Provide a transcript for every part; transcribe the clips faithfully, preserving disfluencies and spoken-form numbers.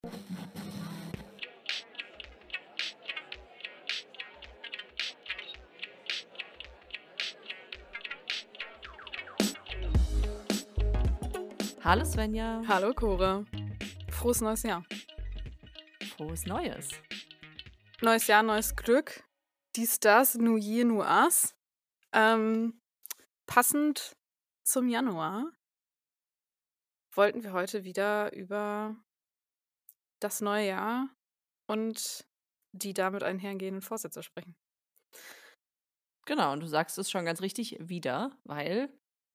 Hallo Svenja. Hallo Cora. Frohes neues Jahr. Frohes Neues. Neues Jahr, neues Glück. Dies, das, New Year, New Us. Ähm, passend zum Januar wollten wir heute wieder über das neue Jahr und die damit einhergehenden Vorsätze sprechen. Genau, und du sagst es schon ganz richtig, wieder, weil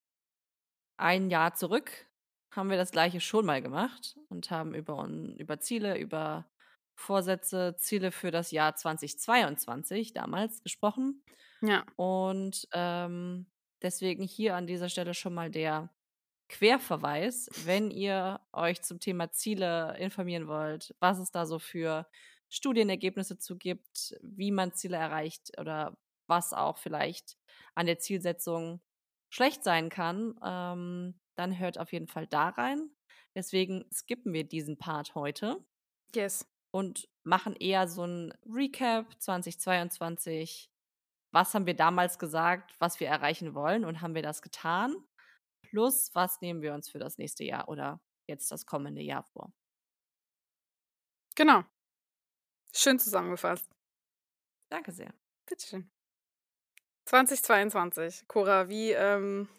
ein Jahr zurück haben wir das Gleiche schon mal gemacht und haben über, un- über Ziele, über Vorsätze, Ziele für das Jahr zweitausendzweiundzwanzig damals gesprochen. Ja, Und ähm, deswegen hier an dieser Stelle schon mal der Querverweis, wenn ihr euch zum Thema Ziele informieren wollt, was es da so für Studienergebnisse zu gibt, wie man Ziele erreicht oder was auch vielleicht an der Zielsetzung schlecht sein kann, ähm, dann hört auf jeden Fall da rein. Deswegen skippen wir diesen Part heute yes. und machen eher so ein Recap zweitausendzweiundzwanzig. Was haben wir damals gesagt, was wir erreichen wollen und haben wir das getan? Plus, was nehmen wir uns für das nächste Jahr oder jetzt das kommende Jahr vor? Genau. Schön zusammengefasst. Danke sehr. Bitteschön. zweitausendzweiundzwanzig. Cora, wie, ähm,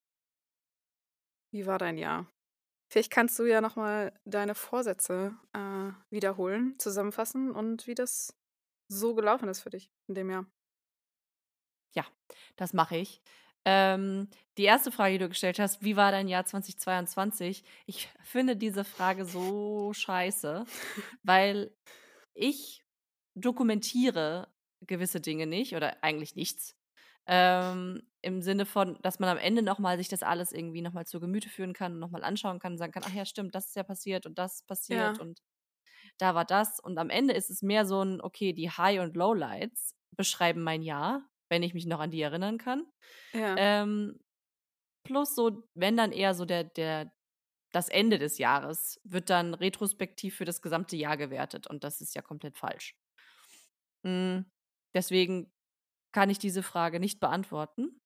wie war dein Jahr? Vielleicht kannst du ja nochmal deine Vorsätze äh, wiederholen, zusammenfassen und wie das so gelaufen ist für dich in dem Jahr. Ja, das mache ich. Ähm, die erste Frage, die du gestellt hast: „Wie war dein Jahr zweitausendzweiundzwanzig?“ Ich finde diese Frage so scheiße, weil ich dokumentiere gewisse Dinge nicht oder eigentlich nichts. Ähm, im Sinne von, dass man am Ende noch mal sich das alles irgendwie noch mal zu Gemüte führen kann und noch mal anschauen kann und sagen kann: „Ach ja, stimmt, das ist ja passiert und das ist passiert Ja, und da war das.“ Und am Ende ist es mehr so ein, okay, die High und Lowlights beschreiben mein Jahr, wenn ich mich noch an die erinnern kann. ja. Ähm, plus so, wenn dann eher so der der das Ende des Jahres wird dann retrospektiv für das gesamte Jahr gewertet und das ist ja komplett falsch. Hm, deswegen kann ich diese Frage nicht beantworten.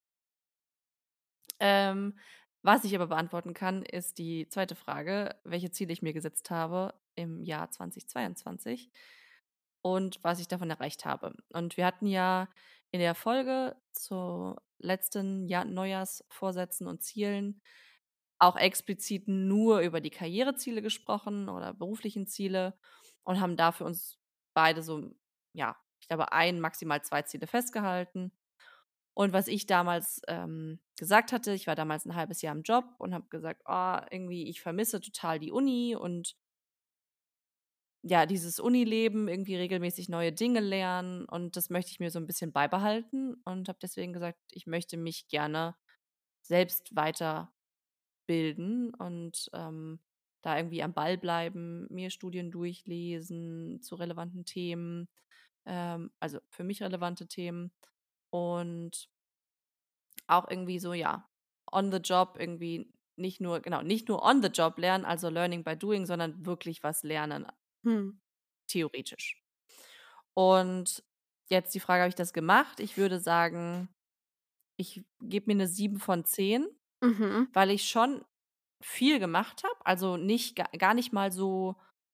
Ähm, was ich aber beantworten kann, ist die zweite Frage, welche Ziele ich mir gesetzt habe im Jahr zweitausendzweiundzwanzig und was ich davon erreicht habe. Und wir hatten ja in der Folge zu letzten Jahr Neujahrsvorsätzen und Zielen auch explizit nur über die Karriereziele gesprochen oder beruflichen Ziele und haben da für uns beide so, ja, ich glaube, ein, maximal zwei Ziele festgehalten. Und was ich damals, ähm, gesagt hatte, ich war damals ein halbes Jahr im Job und habe gesagt: „Oh, irgendwie, ich vermisse total die Uni und ja, dieses Unileben, irgendwie regelmäßig neue Dinge lernen und das möchte ich mir so ein bisschen beibehalten“ und habe deswegen gesagt, ich möchte mich gerne selbst weiterbilden und, ähm, da irgendwie am Ball bleiben, mir Studien durchlesen zu relevanten Themen, ähm, also für mich relevante Themen und auch irgendwie so, ja, on the job irgendwie nicht nur genau, nicht nur on the job lernen, also Learning by Doing, sondern wirklich was lernen, Hm. theoretisch. Und jetzt die Frage, habe ich das gemacht? Ich würde sagen, ich gebe mir eine sieben von zehn, Mhm. weil ich schon viel gemacht habe, also nicht ga gar nicht mal so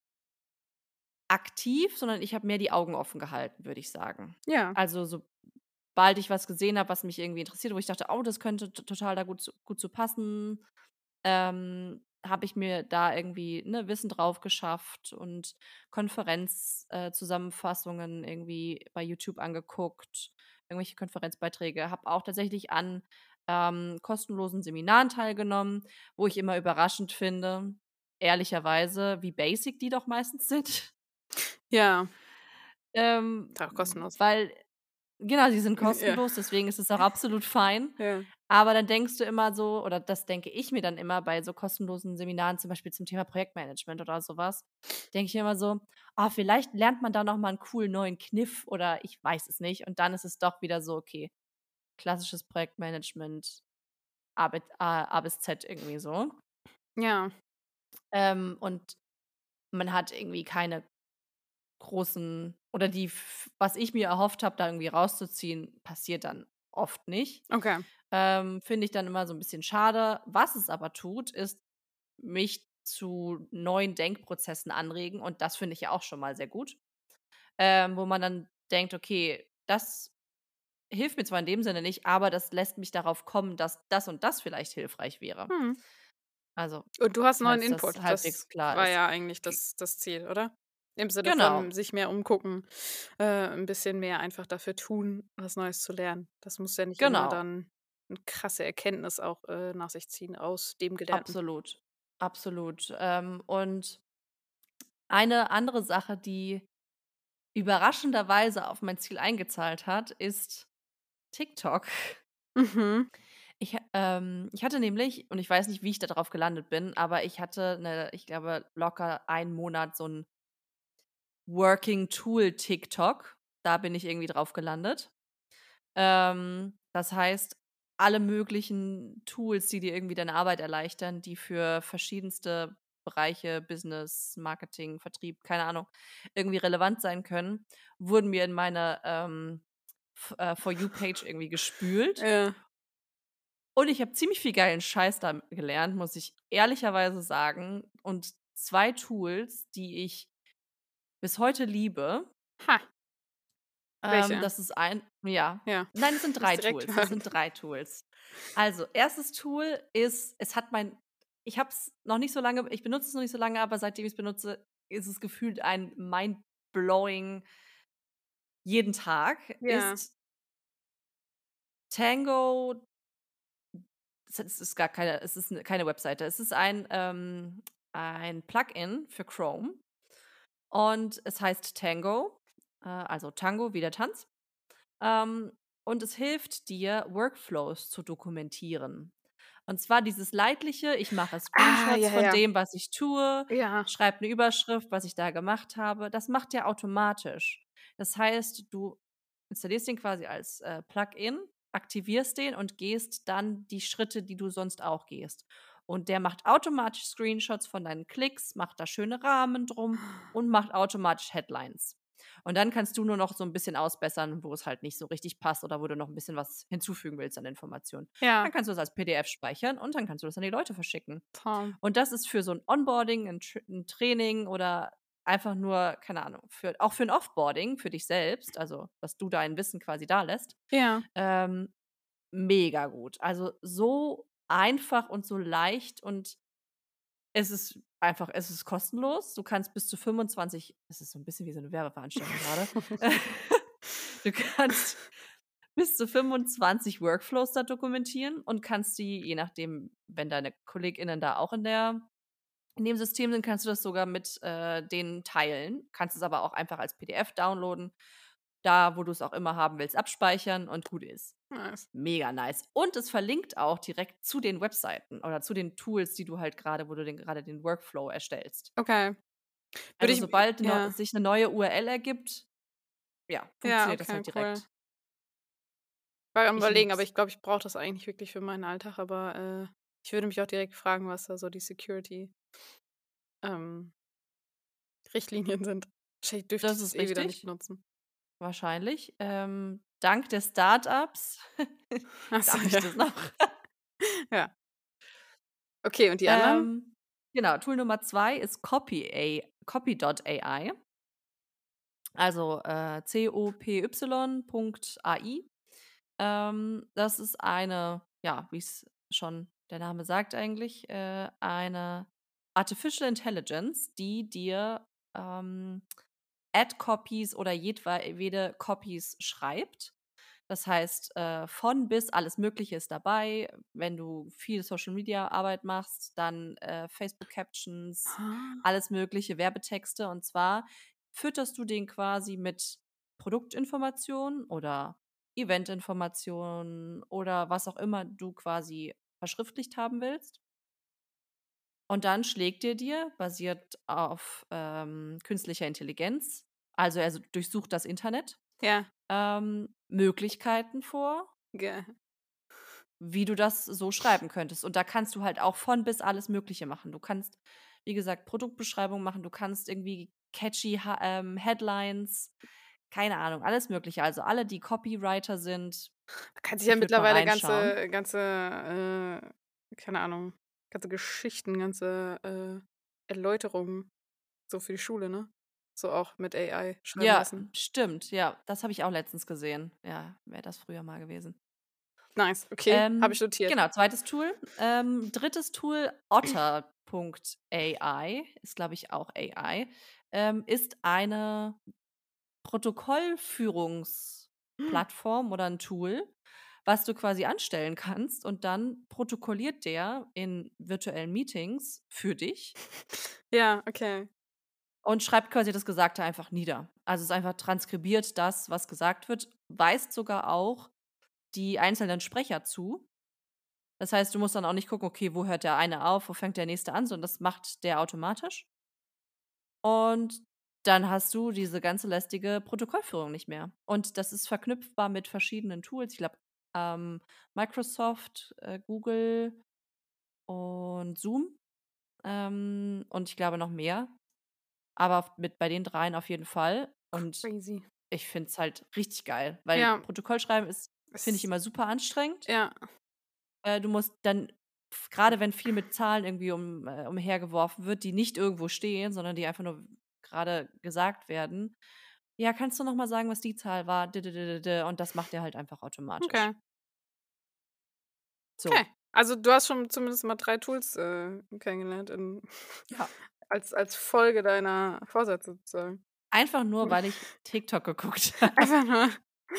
aktiv, sondern ich habe mehr die Augen offen gehalten, würde ich sagen. Ja. Also, sobald ich was gesehen habe, was mich irgendwie interessiert, wo ich dachte: „Oh, das könnte t total da gut zu gut zu passen“, ähm, habe ich mir da irgendwie, ne, Wissen drauf geschafft und Konferenz äh, Zusammenfassungen irgendwie bei YouTube angeguckt, irgendwelche Konferenzbeiträge, habe auch tatsächlich an, ähm, kostenlosen Seminaren teilgenommen, wo ich immer überraschend finde, ehrlicherweise, wie basic die doch meistens sind. Ja. Ähm, Ist auch kostenlos. weil genau, sie sind Ja. kostenlos, deswegen ist es auch absolut fein. Ja. Aber dann denkst du immer so oder das denke ich mir dann immer bei so kostenlosen Seminaren, zum Beispiel zum Thema Projektmanagement oder sowas, denke ich mir immer so: „Ah, vielleicht lernt man da noch mal 'n coolen neuen Kniff“ oder ich weiß es nicht. Und dann ist es doch wieder so, okay, klassisches Projektmanagement, A bis A A bis Z irgendwie so. Ja. Ähm, und man hat irgendwie keine großen oder die f was ich mir erhofft habe, da irgendwie rauszuziehen, passiert dann oft nicht. Okay. Ähm, finde ich dann immer so 'n bisschen schade. Was es aber tut, ist mich zu neuen Denkprozessen anregen und das finde ich ja auch schon mal sehr gut, ähm, wo man dann denkt: „Okay, das hilft mir zwar in dem Sinne nicht, aber das lässt mich darauf kommen, dass das und das vielleicht hilfreich wäre.“ Mhm. Also, Und du hast neuen falls das Input. halbwegs Das klar war ist. ja eigentlich G das das Ziel, oder? Im Sinne von Genau, sich mehr umgucken, äh, 'n bisschen mehr einfach dafür tun, was Neues zu lernen. Das muss ja nicht immer genau, dann 'ne krasse Erkenntnis auch, äh, nach sich ziehen aus dem Gelernten. absolut, absolut. Ähm, und eine andere Sache, die überraschenderweise auf mein Ziel eingezahlt hat, ist TikTok. Mhm. Ich ha ähm, ich hatte nämlich und ich weiß nicht, wie ich da drauf gelandet bin, aber ich hatte 'ne ich glaube, locker einen Monat so 'n Working Tool TikTok. Da bin ich irgendwie drauf gelandet. Ähm, das heißt, alle möglichen Tools, die dir irgendwie deine Arbeit erleichtern, die für verschiedenste Bereiche, Business, Marketing, Vertrieb, keine Ahnung, irgendwie relevant sein können, wurden mir in meine, ähm, f äh, For You-Page irgendwie gespült. Ja. Und ich habe ziemlich viel geilen Scheiß da gelernt, muss ich ehrlicherweise sagen. Und zwei Tools, die ich bis heute liebe. Ha, Ähm, welche? das ist ein ja. Ja, Nein, es sind will's drei direkt Tools. Es hören. sind drei Tools. Also, erstes Tool ist es hat mein ich habe es noch nicht so lange ich benutze es noch nicht so lange, aber seitdem ich's benutze, ist es gefühlt ein mind-blowing jeden Tag, Ja. ist Tango. Es ist ist gar keine es ist 'ne keine Webseite. Es ist ein, ähm ein Plugin für Chrome und es heißt Tango, äh, also Tango wie der Tanz. Ähm, und es hilft dir, Workflows zu dokumentieren. Und zwar dieses leidliche, ich mache Ah, Screenshots ja, von ja. dem, was ich tue, Ja. schreibe eine Überschrift, was ich da gemacht habe. Das macht der automatisch. Das heißt, du installierst den quasi als, äh, Plugin, aktivierst den und gehst dann die Schritte, die du sonst auch gehst. Und der macht automatisch Screenshots von deinen Klicks, macht da schöne Rahmen drum und macht automatisch Headlines. Und dann kannst du nur noch so 'n bisschen ausbessern, wo es halt nicht so richtig passt oder wo du noch 'n bisschen was hinzufügen willst an Informationen. Dann Ja, kannst du das als P D F speichern und dann kannst du das an die Leute verschicken. Traum. Und das ist für so 'n Onboarding, 'n Tr 'n Training oder einfach nur, keine Ahnung, für auch für 'n Offboarding für dich selbst, also, dass du dein Wissen quasi dalässt, Ja. ähm, mega gut. Also, so einfach und so leicht und es ist einfach es ist kostenlos. Du kannst bis zu fünfundzwanzig es ist so 'n bisschen wie so 'ne Werbeveranstaltung grade. Du kannst bis zu fünfundzwanzig Workflows da dokumentieren und kannst die, je nachdem, wenn deine KollegInnen da auch in der in dem System sind, kannst du das sogar mit, äh, denen teilen. Kannst es aber auch einfach als P D F downloaden, da, wo du's auch immer haben willst, abspeichern und gut ist. Nice. Mega nice. Und es verlinkt auch direkt zu den Webseiten oder zu den Tools, die du halt grade wo du den grade den Workflow erstellst. Okay. Würde Also, ich sobald neu ja. sich 'ne neue U R L ergibt, ja, Ja, funktioniert das okay, halt cool. direkt. War am Ich Überlegen, aber lieb's. ich glaube, ich brauche das eigentlich wirklich für meinen Alltag, aber, äh, ich würde mich auch direkt fragen, was da so die Security, ähm, Richtlinien sind. Wahrscheinlich dürfte ich Das das ist eh wieder nicht richtig, benutzen. wahrscheinlich. Ähm, dank der Start-ups Ach so, darf ich ja. das noch. Ja. Okay, und die anderen? Ähm, genau, Tool Nummer zwei ist Copy A Copy Punkt A I, also, äh, C O P Y Punkt A I. Ähm, das ist eine, ja, wie's schon der Name sagt eigentlich, äh, eine Artificial Intelligence, die dir, ähm, Ad-Copies oder jedwede Copies schreibt. Das heißt, äh, von bis alles Mögliche ist dabei. Wenn du viel Social-Media-Arbeit machst, dann, äh, Facebook-Captions, Ah. alles mögliche, Werbetexte. Und zwar fütterst du den quasi mit Produktinformationen oder Eventinformationen oder was auch immer du quasi verschriftlicht haben willst. Und dann schlägt er dir, basiert auf, ähm, künstlicher Intelligenz, also er s durchsucht das Internet, Ja, ähm, Möglichkeiten vor, ge wie du das so schreiben könntest. Und da kannst du halt auch von bis alles Mögliche machen. Du kannst wie gesagt, Produktbeschreibungen machen, du kannst irgendwie catchy ha ähm, Headlines, keine Ahnung, alles Mögliche. Also, alle, die Copywriter sind, Man kann sich ja ich würde mal mittlerweile reinschauen. ganze ganze, äh, keine Ahnung, ganze Geschichten, ganze, äh, Erläuterungen so für die Schule, ne? So auch mit A I schreiben Ja, lassen. stimmt, ja, das habe ich auch letztens gesehen. Ja, wäre das früher mal gewesen. Nice, okay, habe ich Ähm, notiert. genau, zweites Tool. Ähm, drittes Tool, otter Punkt A I, ist, glaube ich, auch A I, ähm, ist eine Protokollführungsplattform oder ein Tool, was du quasi anstellen kannst und dann protokolliert der in virtuellen Meetings für dich Ja, okay. und schreibt quasi das Gesagte einfach nieder. Also, es ist einfach transkribiert das, was gesagt wird, weist sogar auch die einzelnen Sprecher zu. Das heißt, du musst dann auch nicht gucken: „Okay, wo hört der eine auf, wo fängt der nächste an?“, sondern das macht der automatisch. Und dann hast du diese ganze lästige Protokollführung nicht mehr. Und das ist verknüpfbar mit verschiedenen Tools. Ich glaube, ähm, Microsoft, äh, Google und Zoom, ähm, und ich glaube noch mehr, aber f mit bei den dreien auf jeden Fall. Und Crazy. ich finde es halt richtig geil, weil Ja, Protokoll schreiben ist, finde ich, es immer super anstrengend. ja, Äh, du musst dann f grade wenn viel mit Zahlen irgendwie um äh, umhergeworfen wird, die nicht irgendwo stehen, sondern die einfach nur grade gesagt werden: „Ja, kannst du noch mal sagen, was die Zahl war?“ D d d d d und das macht der halt einfach automatisch. okay. Okay. So, Also, du hast schon zumindest mal drei Tools, äh, kennengelernt in ja. als als Folge deiner Vorsätze sozusagen. Einfach nur, weil ich TikTok geguckt habe. Einfach nur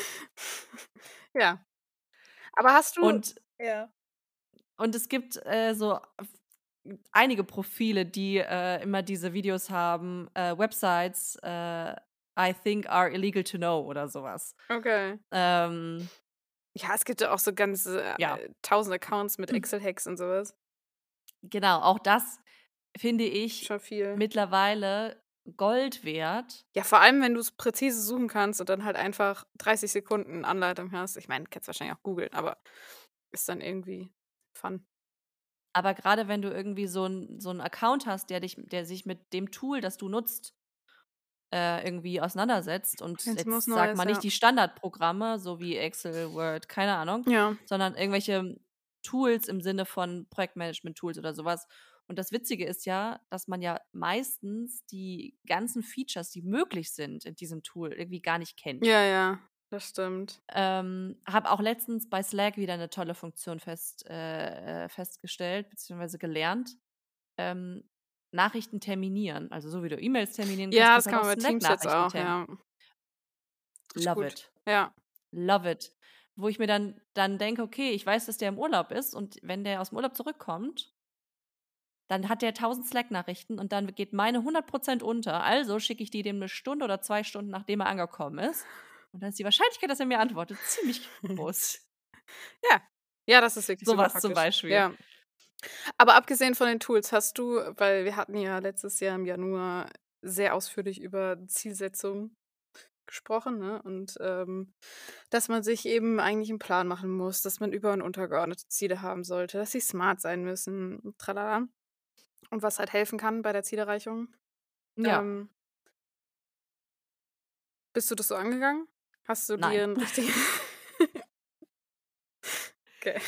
ja. Aber hast du Und ja. und es gibt, äh, so f einige Profile, die, äh, immer diese Videos haben, äh, Websites, äh, I think are illegal to know oder so was. Okay. Ähm, Ja, es gibt ja auch so ganze, ja. äh, tausend Accounts mit Excel-Hacks und so was. Genau, auch das finde ich Schon viel. mittlerweile Gold wert. Ja, vor allem, wenn du's präzise suchen kannst und dann halt einfach dreißig Sekunden Anleitung hast. Ich meine, kannst wahrscheinlich auch googeln, aber ist dann irgendwie Fun. Aber grade wenn du irgendwie so 'n so 'n Account hast, der dich der sich mit dem Tool, das du nutzt, äh, irgendwie auseinandersetzt und Kennst du was jetzt sag Neues, mal nicht ja. die Standardprogramme, so wie Excel, Word, keine Ahnung, Ja. sondern irgendwelche Tools im Sinne von Projektmanagement-Tools oder so was. Und das Witzige ist ja, dass man ja meistens die ganzen Features, die möglich sind in diesem Tool, irgendwie gar nicht kennt. Ja, ja, das stimmt. Ähm, habe auch letztens bei Slack wieder 'ne tolle Funktion fest äh, äh, festgestellt beziehungsweise gelernt. Ähm, Nachrichten terminieren. Also, so wie du E-Mails terminieren kannst, Ja, kannst das du halt kann auch man bei Teams jetzt Slack-Nachrichten auch, term ja. Richtig love gut. it, Ja. love it. Wo ich mir dann dann denke: „Okay, ich weiß, dass der im Urlaub ist und wenn der aus'm Urlaub zurückkommt, dann hat der tausend Slack-Nachrichten und dann geht meine hundert Prozent unter. Also schicke ich die dem 'ne Stunde oder zwei Stunden, nachdem er angekommen ist. Und dann ist die Wahrscheinlichkeit, dass er mir antwortet, ziemlich groß.“ Ja. Ja, das ist wirklich So super was zum praktisch. Beispiel. Ja. Aber abgesehen von den Tools, hast du weil wir hatten ja letztes Jahr im Januar sehr ausführlich über Zielsetzung gesprochen, ne? Und, ähm, dass man sich eben eigentlich 'n Plan machen muss, dass man über und untergeordnete Ziele haben sollte, dass sie smart sein müssen, tralala. Und was halt helfen kann bei der Zielerreichung. Ja, Ähm, bist du das so angegangen? Hast du dir nein. 'n richtigen okay.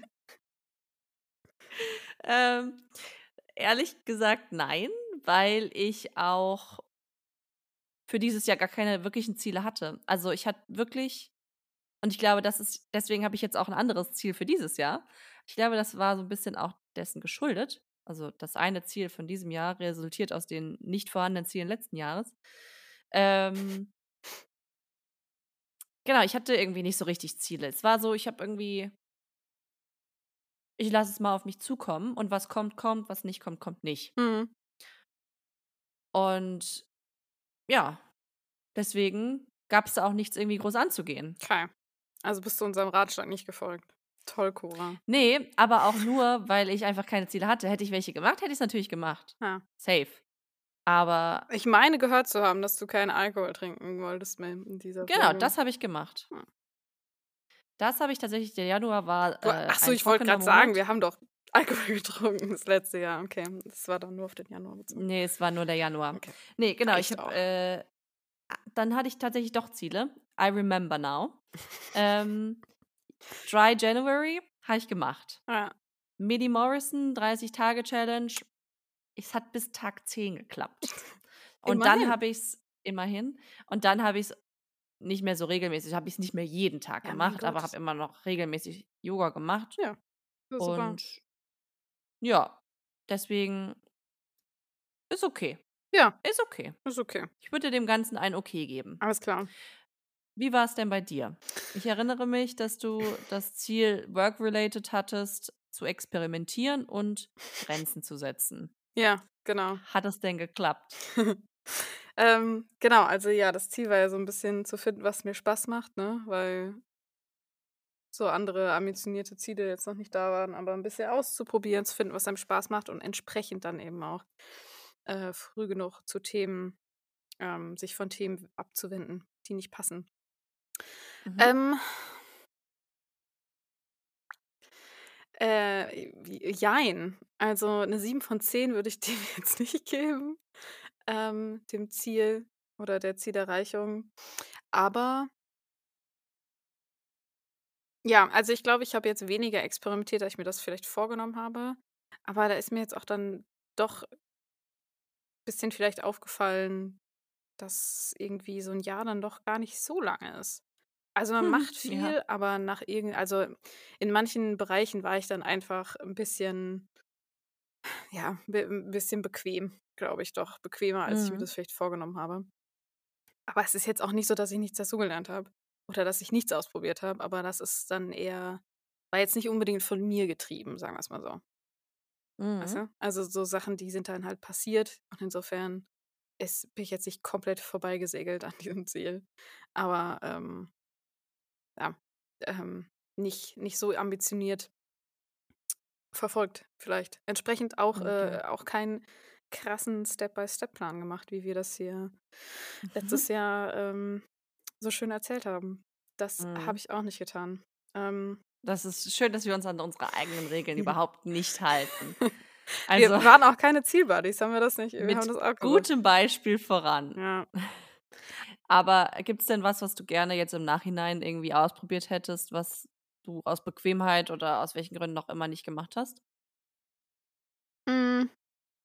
Ähm, Ehrlich gesagt nein, weil ich auch für dieses Jahr gar keine wirklichen Ziele hatte. Also, ich hatte wirklich und ich glaube, das ist deswegen habe ich jetzt auch 'n anderes Ziel für dieses Jahr. Ich glaube, das war so 'n bisschen auch dessen geschuldet. Also, das eine Ziel von diesem Jahr resultiert aus den nicht vorhandenen Zielen letzten Jahres. Ähm, genau, ich hatte irgendwie nicht so richtig Ziele. Es war so, ich habe irgendwie ich lasse es mal auf mich zukommen und was kommt, kommt, was nicht kommt, kommt nicht. Mhm. Und ja, deswegen gab's da auch nichts irgendwie groß anzugehen. Okay. Also, bist du unserem Ratschlag nicht gefolgt. Toll, Cora. Ne, aber auch nur, weil ich einfach keine Ziele hatte. Hätte ich welche gemacht, hätte ich's natürlich gemacht. Ja. Safe. Aber Ich meine gehört zu haben, dass du keinen Alkohol trinken wolltest mehr in dieser genau, Folge. das habe ich gemacht. Hm. Das habe ich tatsächlich der Januar war, Du äh, ach so, ein ich wollte trockener grad sagen, Monat. wir haben doch Alkohol getrunken das letzte Jahr. Okay, das war dann nur auf den Januar bezogen. Ne, es war nur der Januar. Okay, Ne, genau, ich reicht habe, auch. äh a dann hatte ich tatsächlich doch Ziele. I remember now. Ähm, Dry January habe ich gemacht. Ja. Midi Morrison, dreißig-Tage-Challenge. Es hat bis Tag zehn geklappt. Und dann Immerhin. habe ich's immerhin. Und dann habe ich's nicht mehr so regelmäßig habe ich's nicht mehr jeden Tag Ja, mein gemacht, aber Gott. habe immer noch regelmäßig Yoga gemacht. Ja, ja super. Und ja, deswegen ist okay. Ja, Ist okay. ist okay. Ich würde dem Ganzen ein Okay geben. Alles klar. Wie war's denn bei dir? Ich erinnere mich, dass du das Ziel work-related hattest, zu experimentieren und Grenzen zu setzen. Ja, genau. Hat es denn geklappt? Ähm, genau, also ja, das Ziel war ja so 'n bisschen zu finden, was mir Spaß macht, ne, weil so andere ambitionierte Ziele jetzt noch nicht da waren, aber 'n bisschen auszuprobieren, zu finden, was einem Spaß macht und entsprechend dann eben auch, äh, früh genug zu Themen ähm, sich von Themen abzuwenden, die nicht passen. Mhm. Ähm Äh, j jein. Also 'ne sieben von zehn würde ich dem jetzt nicht geben, ähm, dem Ziel oder der Zielerreichung. Aber ja, also ich glaube, ich habe jetzt weniger experimentiert, als ich mir das vielleicht vorgenommen habe. Aber da ist mir jetzt auch dann doch bisschen vielleicht aufgefallen, dass irgendwie so 'n Jahr dann doch gar nicht so lange ist. Also, man macht Ja. viel, aber nach irgend also, in manchen Bereichen war ich dann einfach 'n bisschen ja, bi 'n bisschen bequem, glaube ich doch. Bequemer, als ich mir Mhm. das vielleicht vorgenommen habe. Aber es ist jetzt auch nicht so, dass ich nichts dazugelernt habe oder dass ich nichts ausprobiert habe, aber das ist dann eher war jetzt nicht unbedingt von mir getrieben, sagen wir's mal so. Weißt Mhm. du? Also, so Sachen, die sind dann halt passiert und insofern ist bin ich jetzt nicht komplett vorbeigesegelt an diesem Ziel. Aber, ähm ja, ähm, nicht nicht so ambitioniert verfolgt vielleicht. Entsprechend auch Okay. äh, auch keinen krassen Step-by-Step-Plan gemacht, wie wir das hier letztes Jahr, ähm, so schön erzählt haben. Das habe Mhm. ich auch nicht getan. Ähm Das ist schön, dass wir uns an unsere eigenen Regeln überhaupt nicht halten. Wir Also waren auch keine Ziel-Buddies, haben wir das nicht wir haben mit das auch gesagt. gutem Beispiel voran. Ja. Aber gibt's denn was, was du gerne jetzt im Nachhinein irgendwie ausprobiert hättest, was du aus Bequemheit oder aus welchen Gründen auch immer nicht gemacht hast? Hm.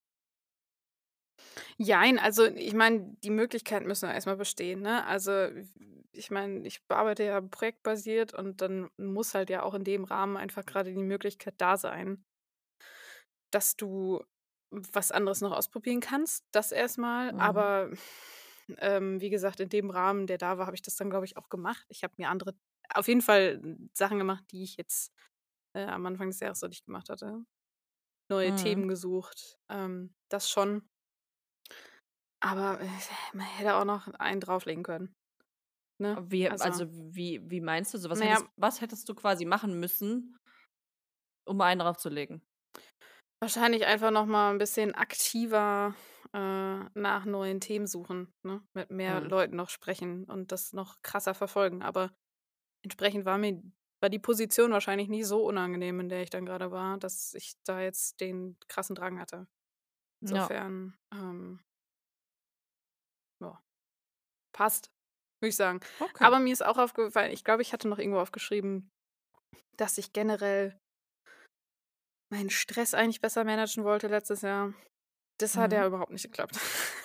Jein, also ich meine, die Möglichkeiten müssen ja erst mal bestehen, ne? Also, w ich meine, ich bearbeite ja projektbasiert und dann muss halt ja auch in dem Rahmen einfach grade die Möglichkeit da sein dass du was anderes noch ausprobieren kannst, das erst mal. Mhm. Aber, ähm, wie gesagt, in dem Rahmen, der da war, habe ich das dann, glaube ich, auch gemacht. Ich habe mir andere auf jeden Fall Sachen gemacht, die ich jetzt, äh, am Anfang des Jahres so nicht gemacht hatte. Neue Mhm. Themen gesucht, ähm, das schon. Aber, äh, man hätte auch noch einen drauflegen können, ne? Wie Also also wie wie meinst du so? Was na hättest ja was hättest du quasi machen müssen um einen draufzulegen? wahrscheinlich einfach noch mal 'n bisschen aktiver, äh, nach neuen Themen suchen, ne? Mit mehr Mhm. Leuten noch sprechen und das noch krasser verfolgen. Aber entsprechend war mir war die Position wahrscheinlich nie so unangenehm, in der ich dann grade war, dass ich da jetzt den krassen Drang hatte. Ja. Insofern, ähm ja, passt, würde ich sagen. Okay. Aber mir ist auch aufgefallen ich glaube, ich hatte noch irgendwo aufgeschrieben, dass ich generell meinen Stress eigentlich besser managen wollte letztes Jahr. Das hat ja Mhm. überhaupt nicht geklappt.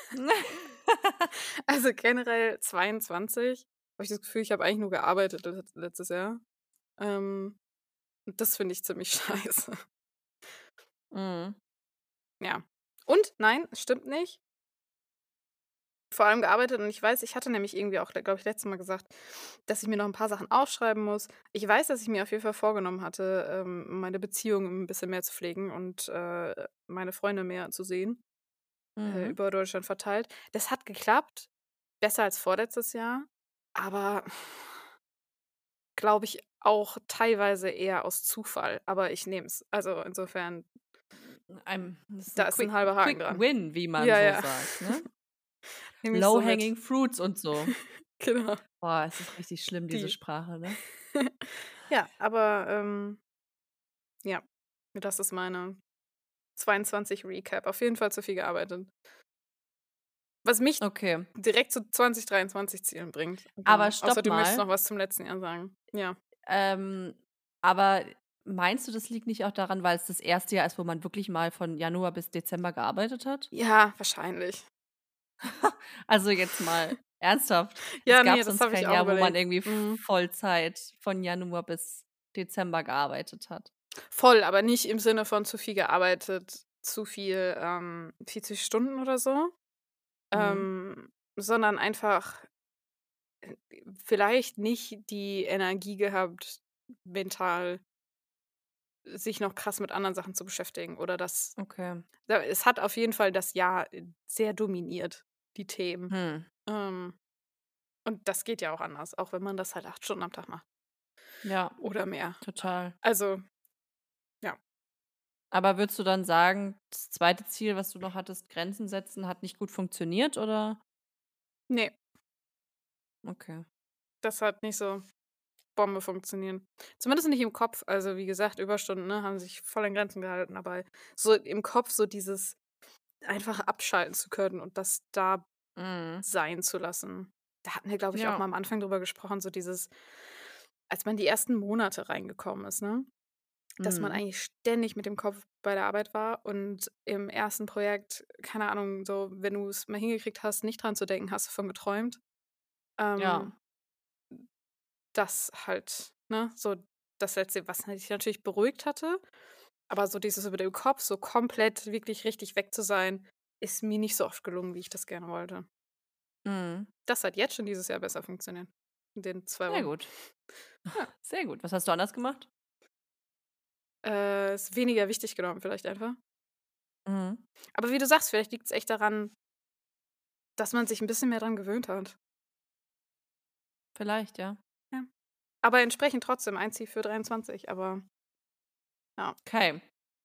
Also, generell zweiundzwanzig habe ich das Gefühl, ich habe eigentlich nur gearbeitet let letztes Jahr. Ähm, und das finde ich ziemlich scheiße. Mhm. Ja. Und nein, es stimmt nicht. Vor allem gearbeitet und ich weiß, ich hatte nämlich irgendwie auch, glaube ich, letztes Mal gesagt, dass ich mir noch 'n paar Sachen aufschreiben muss. Ich weiß, dass ich mir auf jeden Fall vorgenommen hatte, ähm, meine Beziehung 'n bisschen mehr zu pflegen und, äh, meine Freunde mehr zu sehen, äh, Mhm. über Deutschland verteilt. Das hat geklappt, besser als vorletztes Jahr, aber glaube ich, auch teilweise eher aus Zufall, aber ich nehme es. Also, insofern Einem das ist da 'n ist 'n quick halber Haken quick dran. win, wie man Ja, so ja. sagt, ne? Nehme ich Low so mit. hanging fruits und so. Genau. Boah, es ist richtig schlimm, diese Die. Sprache, ne? Ja, aber, ähm ja. Das ist meine zweiundzwanzig Recap. Auf jeden Fall zu viel gearbeitet. Was mich Okay. direkt zu zwanzig dreiundzwanzig Zielen bringt. Und Aber dann außer stopp du möchtest mal. noch was zum letzten Jahr sagen. Ja. Ähm, aber meinst du, das liegt nicht auch daran, weil es das erste Jahr ist, wo man wirklich mal von Januar bis Dezember gearbeitet hat? Ja, wahrscheinlich. Also jetzt mal ernsthaft. Es Ja, gab ne, das sonst habe ich kein auch Jahr, wo man überlegt. irgendwie Mhm. Vollzeit von Januar bis Dezember gearbeitet hat. Voll, aber nicht im Sinne von zu viel gearbeitet, zu viel, ähm, vierzig Stunden oder so, Mhm. ähm, sondern einfach äh, vielleicht nicht die Energie gehabt, mental sich noch krass mit anderen Sachen zu beschäftigen oder das Okay. ja, es hat auf jeden Fall das Jahr, äh, sehr dominiert, die Themen. Hm. Ähm, und das geht ja auch anders, auch wenn man das halt acht Stunden am Tag macht Ja, oder mehr. total. Also, ja. Aber würdest du dann sagen, das zweite Ziel, was du noch hattest, Grenzen setzen, hat nicht gut funktioniert, oder? Ne, Okay. das hat nicht so Bombe funktioniert. Zumindest nicht im Kopf. Also, wie gesagt, Überstunden, ne, haben sich voll in Grenzen gehalten, aber so im Kopf so dieses einfach abschalten zu können und das da Mhm. sein zu lassen. Da hatten wir, glaube ich, auch Ja. mal am Anfang drüber gesprochen, so dieses als man die ersten Monate reingekommen ist, ne, dass man Mhm. eigentlich ständig mit dem Kopf bei der Arbeit war und im ersten Projekt, keine Ahnung, so, wenn du es mal hingekriegt hast, nicht dran zu denken, hast du davon geträumt. Ja. Ähm, das halt, ne, so das Letzte, was mich natürlich beruhigt hatte, aber so dieses über dem Kopf so komplett wirklich richtig weg zu sein, ist mir nicht so oft gelungen, wie ich das gerne wollte. Mhm. Das hat jetzt schon dieses Jahr besser funktioniert, in den zwei Sehr Wochen. gut. Ja. Sehr gut. Was hast du anders gemacht? Äh, ist weniger wichtig genommen vielleicht einfach. Mhm. Aber wie du sagst, vielleicht liegt's echt daran, dass man sich 'n bisschen mehr dran gewöhnt hat. Vielleicht, ja. Ja. Aber entsprechend trotzdem ein Ziel für dreiundzwanzig, aber ja. Okay.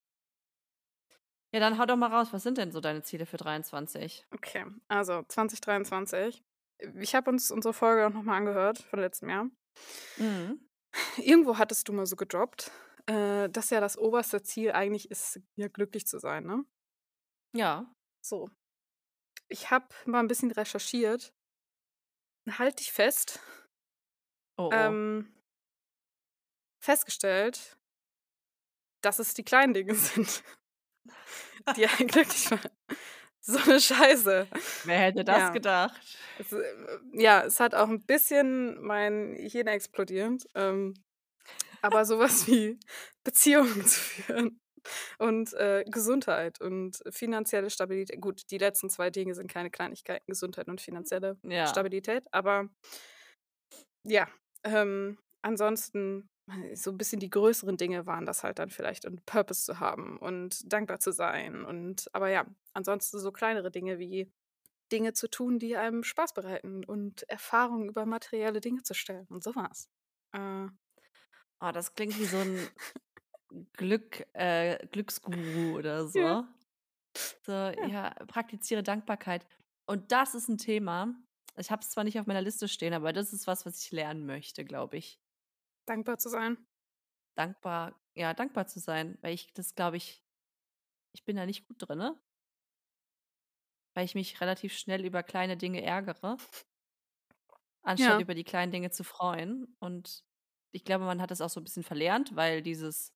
Ja, dann hau doch mal raus. Was sind denn so deine Ziele für dreiundzwanzig? Okay, also zwanzig dreiundzwanzig. Ich habe uns unsere Folge auch noch mal angehört von letztem Jahr. Mhm. Irgendwo hattest du mal so gedroppt, äh, dass ja das oberste Ziel eigentlich ist, ja, glücklich zu sein, ne? Ja. So, ich habe mal 'n bisschen recherchiert. Halt dich fest, Oh, oh. ähm, festgestellt, dass es die kleinen Dinge sind, die einen glücklich machen. So 'ne Scheiße. Wer hätte das Ja. gedacht? Es, äh, ja, es hat auch 'n bisschen mein Hirn explodiert, ähm, aber so was wie Beziehungen zu führen und, äh, Gesundheit und finanzielle Stabilität. Gut, die letzten zwei Dinge sind keine Kleinigkeiten, Gesundheit und finanzielle Ja. Stabilität, aber ja, ähm, ansonsten äh, so 'n bisschen die größeren Dinge waren das halt dann vielleicht und Purpose zu haben und dankbar zu sein und aber ja, ansonsten so kleinere Dinge wie Dinge zu tun, die einem Spaß bereiten und Erfahrungen über materielle Dinge zu stellen und so was. Äh, Oh, das klingt wie so 'n Glück äh, Glücksguru oder ja, so. So, ja, ja, praktiziere Dankbarkeit. Und das ist 'n Thema. Ich habe es zwar nicht auf meiner Liste stehen, aber das ist was, was ich lernen möchte, glaube ich. dankbar zu sein. Dankbar ja, dankbar zu sein, weil ich das glaube ich ich bin da nicht gut drinne, weil ich mich relativ schnell über kleine Dinge ärgere, anstatt Ja, über die kleinen Dinge zu freuen. Und ich glaube, man hat das auch so 'n bisschen verlernt, weil dieses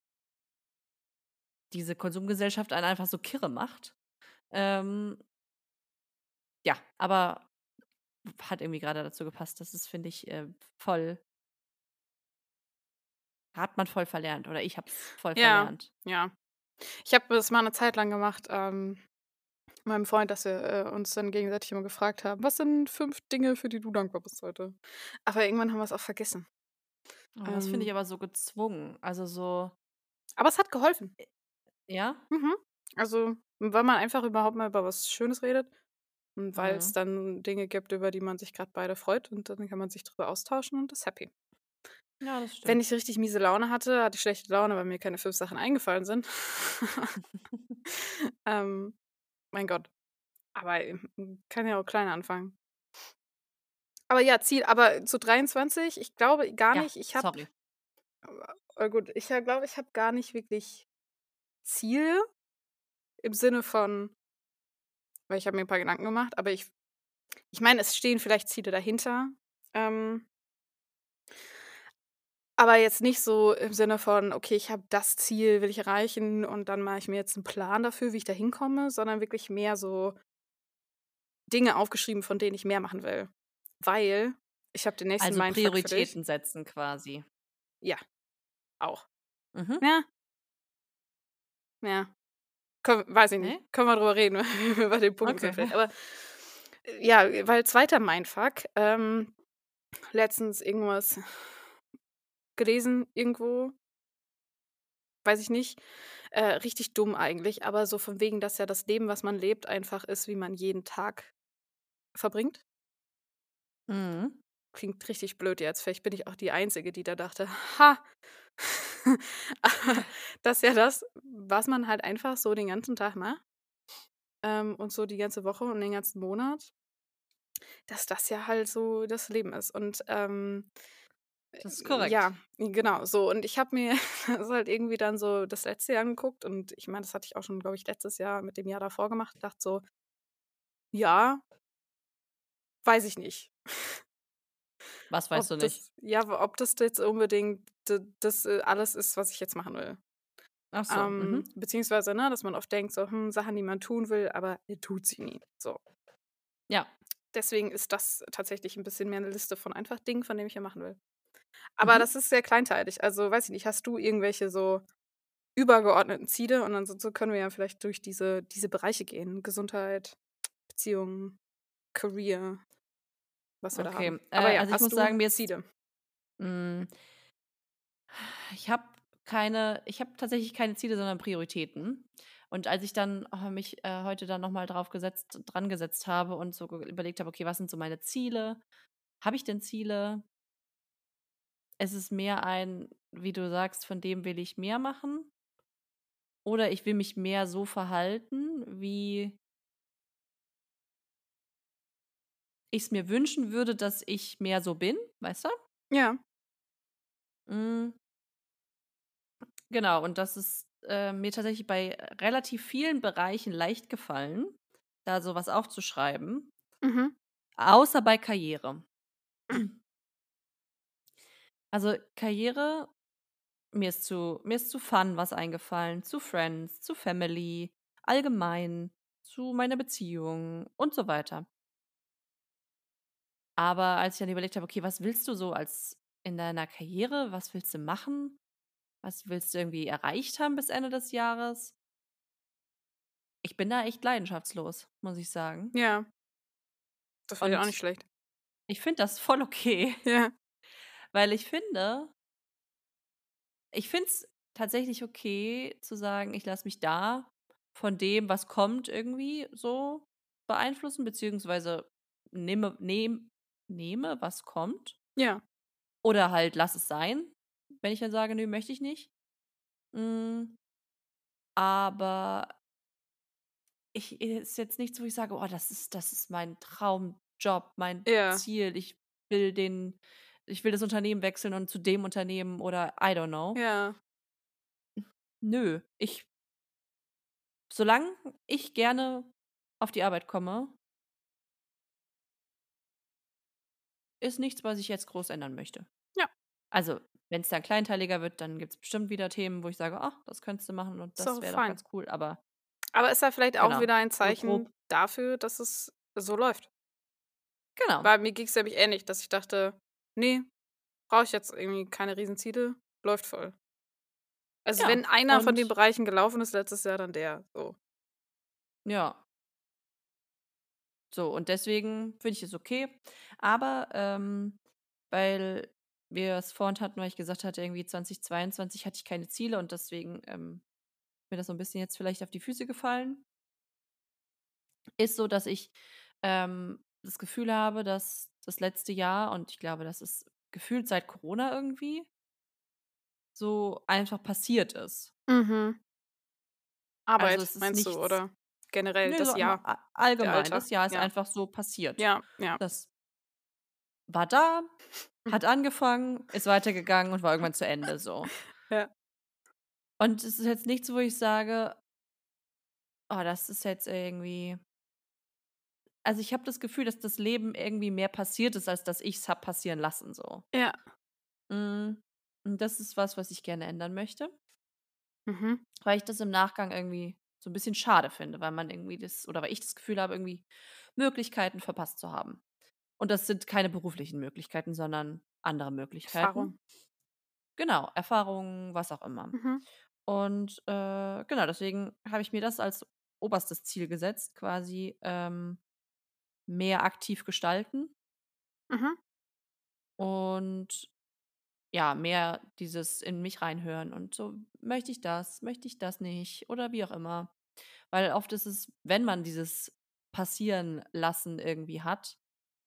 diese Konsumgesellschaft einen einfach so kirre macht. Ähm, ja, aber hat irgendwie grade dazu gepasst. Das ist, finde ich, äh, voll hat man voll verlernt oder ich habe es voll ja, verlernt. ja. Ich habe das mal 'ne Zeit lang gemacht, ähm, mit meinem Freund, dass wir, äh, uns dann gegenseitig immer gefragt haben: „Was sind fünf Dinge, für die du dankbar bist heute?“ Aber irgendwann haben wir's auch vergessen. Oh, das finde ich Ähm, aber so gezwungen. Also so aber es hat geholfen. ja? Mhm. Also, weil man einfach überhaupt mal über was Schönes redet und weil's Mhm. dann Dinge gibt, über die man sich grad beide freut und dann kann man sich drüber austauschen und ist happy. Ja, das Wenn stimmt. ich richtig miese Laune hatte, hatte ich schlechte Laune, weil mir keine fünf Sachen eingefallen sind. Ähm, mein Gott, aber, hm, kann ja auch klein anfangen. Aber ja, Ziel aber zu dreiundzwanzig, ich glaube gar Ja, nicht, ich habe sorry. äh, gut, ich, äh, glaube, ich habe gar nicht wirklich Ziel im Sinne von weil ich habe mir 'n paar Gedanken gemacht, aber ich ich meine, es stehen vielleicht Ziele dahinter, ähm aber jetzt nicht so im Sinne von: „Okay, ich habe das Ziel, will ich erreichen und dann mache ich mir jetzt 'n Plan dafür, wie ich da hinkomme“, sondern wirklich mehr so Dinge aufgeschrieben, von denen ich mehr machen will. Weil ich habe den nächsten Also, Mindfuck für dich. Prioritäten setzen quasi. Ja, auch. Mhm. Ja, ja. Können weiß ich nicht. Ne? Können wir drüber reden, wenn wir bei den Punkten sind Okay. vielleicht. Aber, äh, ja, weil zweiter Mindfuck, ähm, letztens irgendwas gelesen irgendwo, weiß ich nicht, äh, richtig dumm eigentlich, aber so von wegen, dass ja das Leben, was man lebt, einfach ist, wie man jeden Tag verbringt. Mhm. Klingt richtig blöd jetzt. Vielleicht bin ich auch die Einzige, die da dachte: „Ha!“ Aber das ist ja das, was man halt einfach so den ganzen Tag macht, ähm, und so die ganze Woche und den ganzen Monat, dass das ja halt so das Leben ist. Und, ähm, Das ist korrekt. ja, genau, so. Und ich habe mir das halt irgendwie dann so das letzte Jahr angeguckt und ich meine, das hatte ich auch schon, glaube ich, letztes Jahr mit dem Jahr davor gemacht, dachte so: „Ja, weiß ich nicht.“ Was weißt du Ob nicht? das ja, w ob das jetzt unbedingt d das, äh, alles ist, was ich jetzt machen will. Ach so, Ähm, mhm. beziehungsweise, ne, dass man oft denkt so: „Hm, Sachen, die man tun will, aber er tut sie nie.“ So. Ja. Deswegen ist das tatsächlich 'n bisschen mehr 'ne Liste von einfach Dingen, von denen ich mehr machen will. Aber Mhm. das ist sehr kleinteilig. Also, weiß ich nicht, hast du irgendwelche so übergeordneten Ziele? Und ansonsten können wir ja vielleicht durch diese diese Bereiche gehen: Gesundheit, Beziehungen, Career, was wir da haben. Okay. Aber Äh, ja, also, ich hast muss du sagen, mir ist Ziele? hm, ich habe keine ich habe tatsächlich keine Ziele, sondern Prioritäten. Und als ich dann, äh, mich, äh, heute dann noch mal drauf gesetzt dran gesetzt habe und so ge überlegt habe: „Okay, was sind so meine Ziele? Habe ich denn Ziele?“ Es ist mehr ein, wie du sagst, von dem will ich mehr machen oder ich will mich mehr so verhalten, wie ich's mir wünschen würde, dass ich mehr so bin, weißt du? Ja. Hm, genau, und das ist, äh, mir tatsächlich bei relativ vielen Bereichen leicht gefallen, da so was aufzuschreiben, Mhm. außer bei Karriere. Also, Karriere, mir ist zu mir ist zu Fun was eingefallen, zu Friends, zu Family, allgemein, zu meiner Beziehung und so weiter. Aber als ich dann überlegt habe: „Okay, was willst du so als in deiner Karriere? Was willst du machen? Was willst du irgendwie erreicht haben bis Ende des Jahres?“ Ich bin da echt leidenschaftslos, muss ich sagen. Ja, das finde ich auch nicht Und schlecht. ich finde das voll okay, Ja. weil ich finde ich finde es tatsächlich okay zu sagen, ich lasse mich da von dem, was kommt, irgendwie so beeinflussen, beziehungsweise nehme nehm nehme, was kommt Ja. oder halt lass es sein, wenn ich dann sage: „Nö, möchte ich nicht.“ Hm, aber ich ist jetzt nichts, wo ich sage: „Oh, das ist das ist mein Traumjob, mein Ja. Ziel. Ich will den ich will das Unternehmen wechseln und zu dem Unternehmen“ oder I don't know. Ja. Nö, ich solange ich gerne auf die Arbeit komme ist nichts, was ich jetzt groß ändern möchte. Ja. Also, wenn's dann kleinteiliger wird, dann gibt's bestimmt wieder Themen, wo ich sage: „Ach, das könntest du machen und Ist das doch wäre doch fein. ganz cool“, aber Aber ist ja vielleicht auch genau, wieder ein so grob Zeichen dafür, dass es so läuft. genau. Weil mir ging's nämlich ähnlich, dass ich dachte: „Ne, brauche ich jetzt irgendwie keine Riesenziele, läuft voll.“ Also, Ja, wenn einer von den und Bereichen gelaufen ist letztes Jahr, dann der, so. ja. So, und deswegen finde ich es okay. Aber, ähm, weil wir es vorhin hatten, weil ich gesagt hatte, irgendwie zwanzig zweiundzwanzig hatte ich keine Ziele und deswegen, ähm, mir das so 'n bisschen jetzt vielleicht auf die Füße gefallen ist so, dass ich, ähm, das Gefühl habe, dass das letzte Jahr und ich glaube, das ist gefühlt seit Corona irgendwie so einfach passiert ist. Mhm. Also, Arbeit es ist meinst du nichts oder generell ne, so das am Jahr, a der allgemein. Alltag? Das Jahr ist Ja. einfach so passiert. Ja, ja. Das war da, Mhm. hat angefangen, ist weitergegangen und war irgendwann zu Ende so. Ja. Und es ist jetzt nichts, wo ich sage: „Oh, das ist jetzt irgendwie“, also, ich habe das Gefühl, dass das Leben irgendwie mehr passiert ist, als dass ich's habe passieren lassen so. Ja. Hm, und das ist was, was ich gerne ändern möchte, Mhm. weil ich das im Nachgang irgendwie so 'n bisschen schade finde, weil man irgendwie das oder weil ich das Gefühl habe, irgendwie Möglichkeiten verpasst zu haben. Und das sind keine beruflichen Möglichkeiten, sondern andere Erfahrung. Möglichkeiten. Genau, Erfahrungen, was auch immer. Mhm. Und, äh, genau, deswegen habe ich mir das als oberstes Ziel gesetzt, quasi, ähm, mehr aktiv gestalten Mhm. und ja, mehr dieses in mich reinhören und so: „Möchte ich das? Möchte ich das nicht?“ Oder wie auch immer. Weil oft ist es, wenn man dieses passieren lassen irgendwie hat,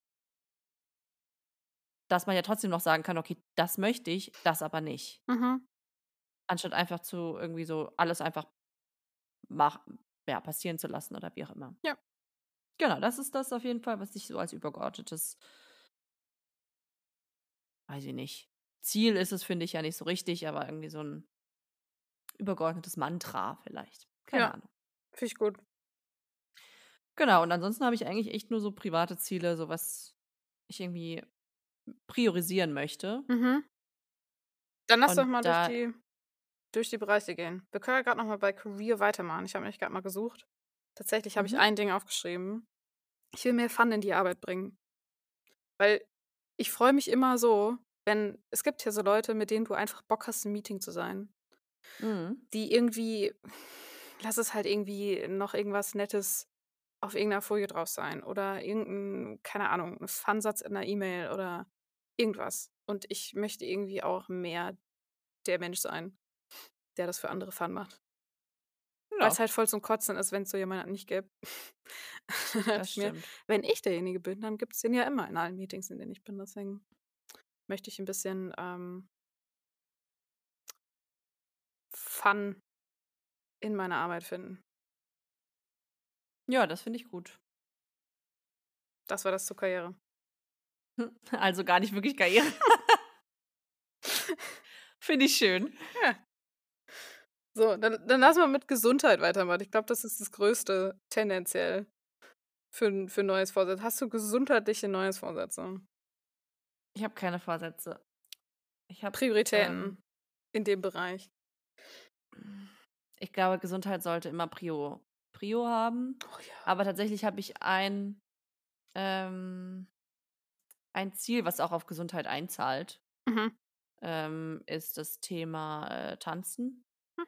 dass man ja trotzdem noch sagen kann: „Okay, das möchte ich, das aber nicht.“ Mhm. Anstatt einfach zu irgendwie so alles einfach mach ja, passieren zu lassen oder wie auch immer. Ja. Genau, das ist das auf jeden Fall, was ich so als übergeordnetes, weiß ich nicht, Ziel ist es, finde ich ja nicht so richtig, aber irgendwie so 'n übergeordnetes Mantra vielleicht. Keine Ja. Ahnung. Finde ich gut. Genau, und ansonsten habe ich eigentlich echt nur so private Ziele, so was ich irgendwie priorisieren möchte. Mhm. Dann lass doch Und mal durch da die durch die Bereiche gehen. Wir können ja grad noch mal bei Career weitermachen. Ich habe nämlich grad mal gesucht. Tatsächlich habe ich mhm, ein Ding aufgeschrieben. Ich will mehr Fun in die Arbeit bringen, weil ich freue mich immer so, wenn es gibt ja so Leute, mit denen du einfach Bock hast, im Meeting zu sein, mhm, die irgendwie lass es halt irgendwie noch irgendwas Nettes auf irgendeiner Folie drauf sein oder irgendein, keine Ahnung, 'n Fun-Satz in 'ner E-Mail oder irgendwas. Und ich möchte irgendwie auch mehr der Mensch sein, der das für andere Fun macht. Weil's ja, halt voll zum Kotzen ist, wenn's so jemanden nicht gibt. Dann dachte das ich mir, stimmt. wenn ich derjenige bin, dann gibt's den ja immer in allen Meetings, in denen ich bin. Deswegen möchte ich 'n bisschen, ähm, Fun in meiner Arbeit finden. Ja, das finde ich gut. Das war das zur Karriere. Also, gar nicht wirklich Karriere. Finde ich schön. Ja. So, dann dann lass mal mit Gesundheit weitermachen. Ich glaube, das ist das Größte tendenziell für 'n für 'n neues Vorsatz. Hast du gesundheitliche Neujahrsvorsätze? Ich habe keine Vorsätze. Ich habe, Prioritäten ähm in dem Bereich? ich glaube, Gesundheit sollte immer Prio Prio haben. Oh ja. Aber tatsächlich habe ich ein, ähm ein Ziel, was auch auf Gesundheit einzahlt, Mhm. ähm, ist das Thema, äh, Tanzen. Hm.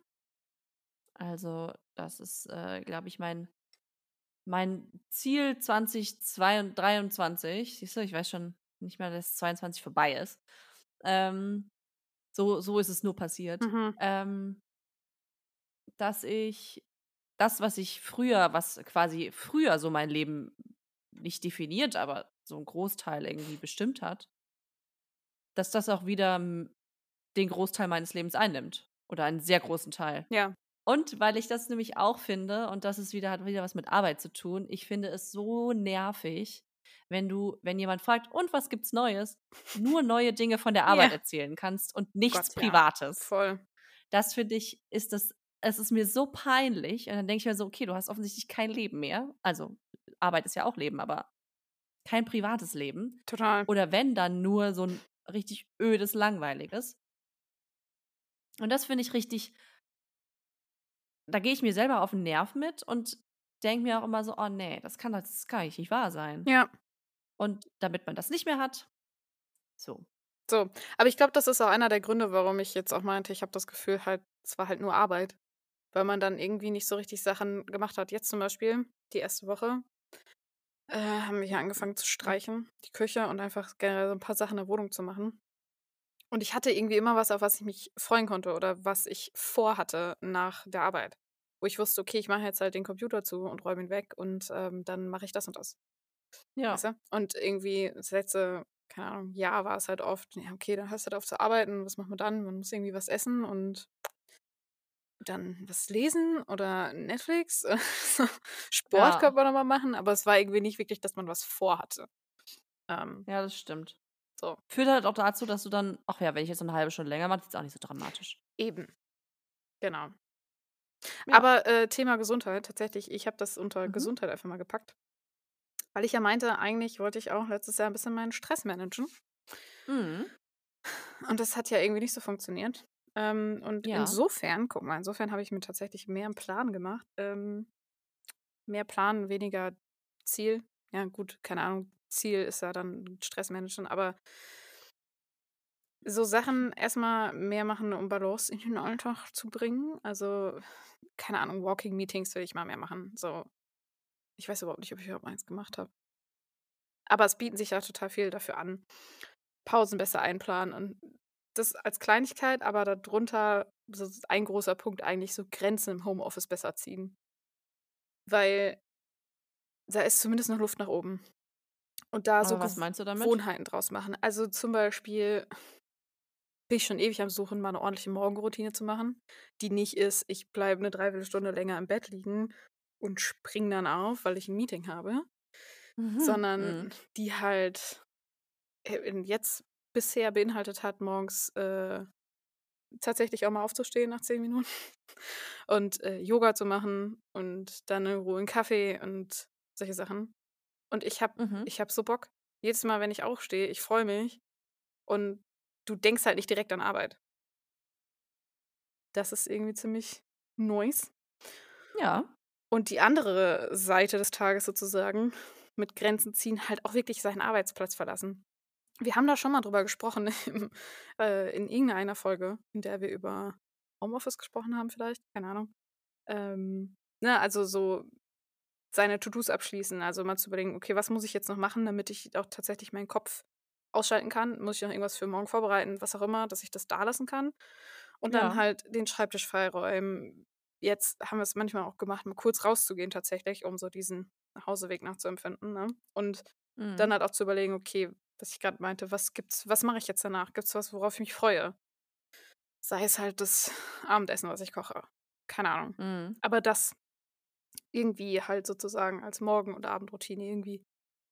Also, das ist, äh, glaube ich, mein mein Ziel zwanzig dreiundzwanzig. Siehst du, ich weiß schon nicht mehr, dass zweiundzwanzig vorbei ist. Ähm, so so ist es nur passiert, Mhm. ähm, dass ich das, was ich früher was quasi früher so mein Leben nicht definiert, aber so 'n Großteil irgendwie bestimmt hat, dass das auch wieder, hm, den Großteil meines Lebens einnimmt oder einen sehr großen Teil. Ja. Und weil ich das nämlich auch finde und das ist wieder hat wieder was mit Arbeit zu tun, ich finde es so nervig, wenn du wenn jemand fragt: „Und was gibt's Neues?“ nur neue Dinge von der Arbeit Ja. erzählen kannst und Oh nichts Gott, ja. Privates. Voll. Das finde ich ist das es ist mir so peinlich und dann denke ich mir so: „Okay, du hast offensichtlich kein Leben mehr.“ Also, Arbeit ist ja auch Leben, aber kein privates Leben. Total. Oder wenn, dann nur so 'n richtig ödes, langweiliges. Und das finde ich richtig da gehe ich mir selber auf 'n Nerv mit und denke mir auch immer so: „Oh ne, das kann doch das kann eigentlich nicht wahr sein.“ Ja. Und damit man das nicht mehr hat, so. So, aber ich glaube, das ist auch einer der Gründe, warum ich jetzt auch meinte, ich habe das Gefühl halt, es war halt nur Arbeit, weil man dann irgendwie nicht so richtig Sachen gemacht hat. Jetzt zum Beispiel, die erste Woche, äh, haben wir hier angefangen zu streichen, die Küche und einfach generell so 'n paar Sachen in der Wohnung zu machen. Und ich hatte irgendwie immer was, auf was ich mich freuen konnte oder was ich vorhatte nach der Arbeit, wo ich wusste: „Okay, ich mache jetzt halt den Computer zu und räume ihn weg und, ähm, dann mache ich das und das.“ Weißt Ja, du? Und irgendwie das letzte, keine Ahnung, Jahr war es halt oft: „Ja, okay, dann hörst du halt auf zu arbeiten. Was macht man dann? Man muss irgendwie was essen und dann was lesen oder Netflix.“ So, Sport könnte ja, man noch mal machen, aber es war irgendwie nicht wirklich, dass man was vorhatte. Ähm, ja, das stimmt. so, Führt halt auch dazu, dass du dann ach ja, wenn ich jetzt noch 'ne halbe Stunde länger mache, ist jetzt auch nicht so dramatisch. eben. Genau. Ja. Aber äh, Thema Gesundheit, tatsächlich, ich habe das unter Mhm. Gesundheit einfach mal gepackt. Weil ich ja meinte, eigentlich wollte ich auch letztes Jahr ein bisschen meinen Stress managen. Mhm. Und das hat ja irgendwie nicht so funktioniert. Ähm, und Ja. insofern, guck mal, insofern habe ich mir tatsächlich mehr einen Plan gemacht. Ähm, mehr Plan, weniger Ziel. Ja, gut, keine Ahnung. Ziel ist ja dann Stressmanagen, aber so Sachen erstmal mehr machen, um Balance in den Alltag zu bringen. Also, keine Ahnung, Walking Meetings will ich mal mehr machen. So, ich weiß überhaupt nicht, ob ich überhaupt eins gemacht habe. Aber es bieten sich ja total viel dafür an. Pausen besser einplanen und das als Kleinigkeit, aber darunter so ist ein großer Punkt eigentlich so Grenzen im Homeoffice besser ziehen. Weil da ist zumindest noch Luft nach oben. Und da so Aber was meinst du damit? Gewohnheiten draus machen. Also zum Beispiel bin ich schon ewig am Suchen, mal eine ordentliche Morgenroutine zu machen, die nicht ist, ich bleibe eine Dreiviertelstunde länger im Bett liegen und springe dann auf, weil ich ein Meeting habe, Mhm. sondern Mhm. die halt äh, in jetzt bisher beinhaltet hat, morgens äh, tatsächlich auch mal aufzustehen nach zehn Minuten und äh, Yoga zu machen und dann in Ruhe einen Kaffee und solche Sachen. Und ich habe Mhm. ich habe so Bock. Jedes Mal, wenn ich aufstehe, ich freue mich und du denkst halt nicht direkt an Arbeit. Das ist irgendwie ziemlich nice. Ja. Und die andere Seite des Tages sozusagen mit Grenzen ziehen, halt auch wirklich seinen Arbeitsplatz verlassen. Wir haben da schon mal drüber gesprochen im, äh, in irgendeiner Folge, in der wir über Homeoffice gesprochen haben vielleicht, keine Ahnung. Ähm, ne, also so seine To-dos abschließen, also mal zu überlegen, okay, was muss ich jetzt noch machen, damit ich auch tatsächlich meinen Kopf ausschalten kann? Muss ich noch irgendwas für morgen vorbereiten, was auch immer, dass ich das da lassen kann? Und dann Ja. halt den Schreibtisch freiräumen. Jetzt haben wir es manchmal auch gemacht, mal kurz rauszugehen tatsächlich, um so diesen Nachhauseweg nachzuempfinden, ne? Und dann Mhm. halt auch zu überlegen, okay, was ich gerade meinte, was gibt's, was mache ich jetzt danach? Gibt's was, worauf ich mich freue? Sei es halt das Abendessen, was ich koche. Keine Ahnung. Mhm. Aber das irgendwie halt sozusagen als Morgen- und Abendroutine irgendwie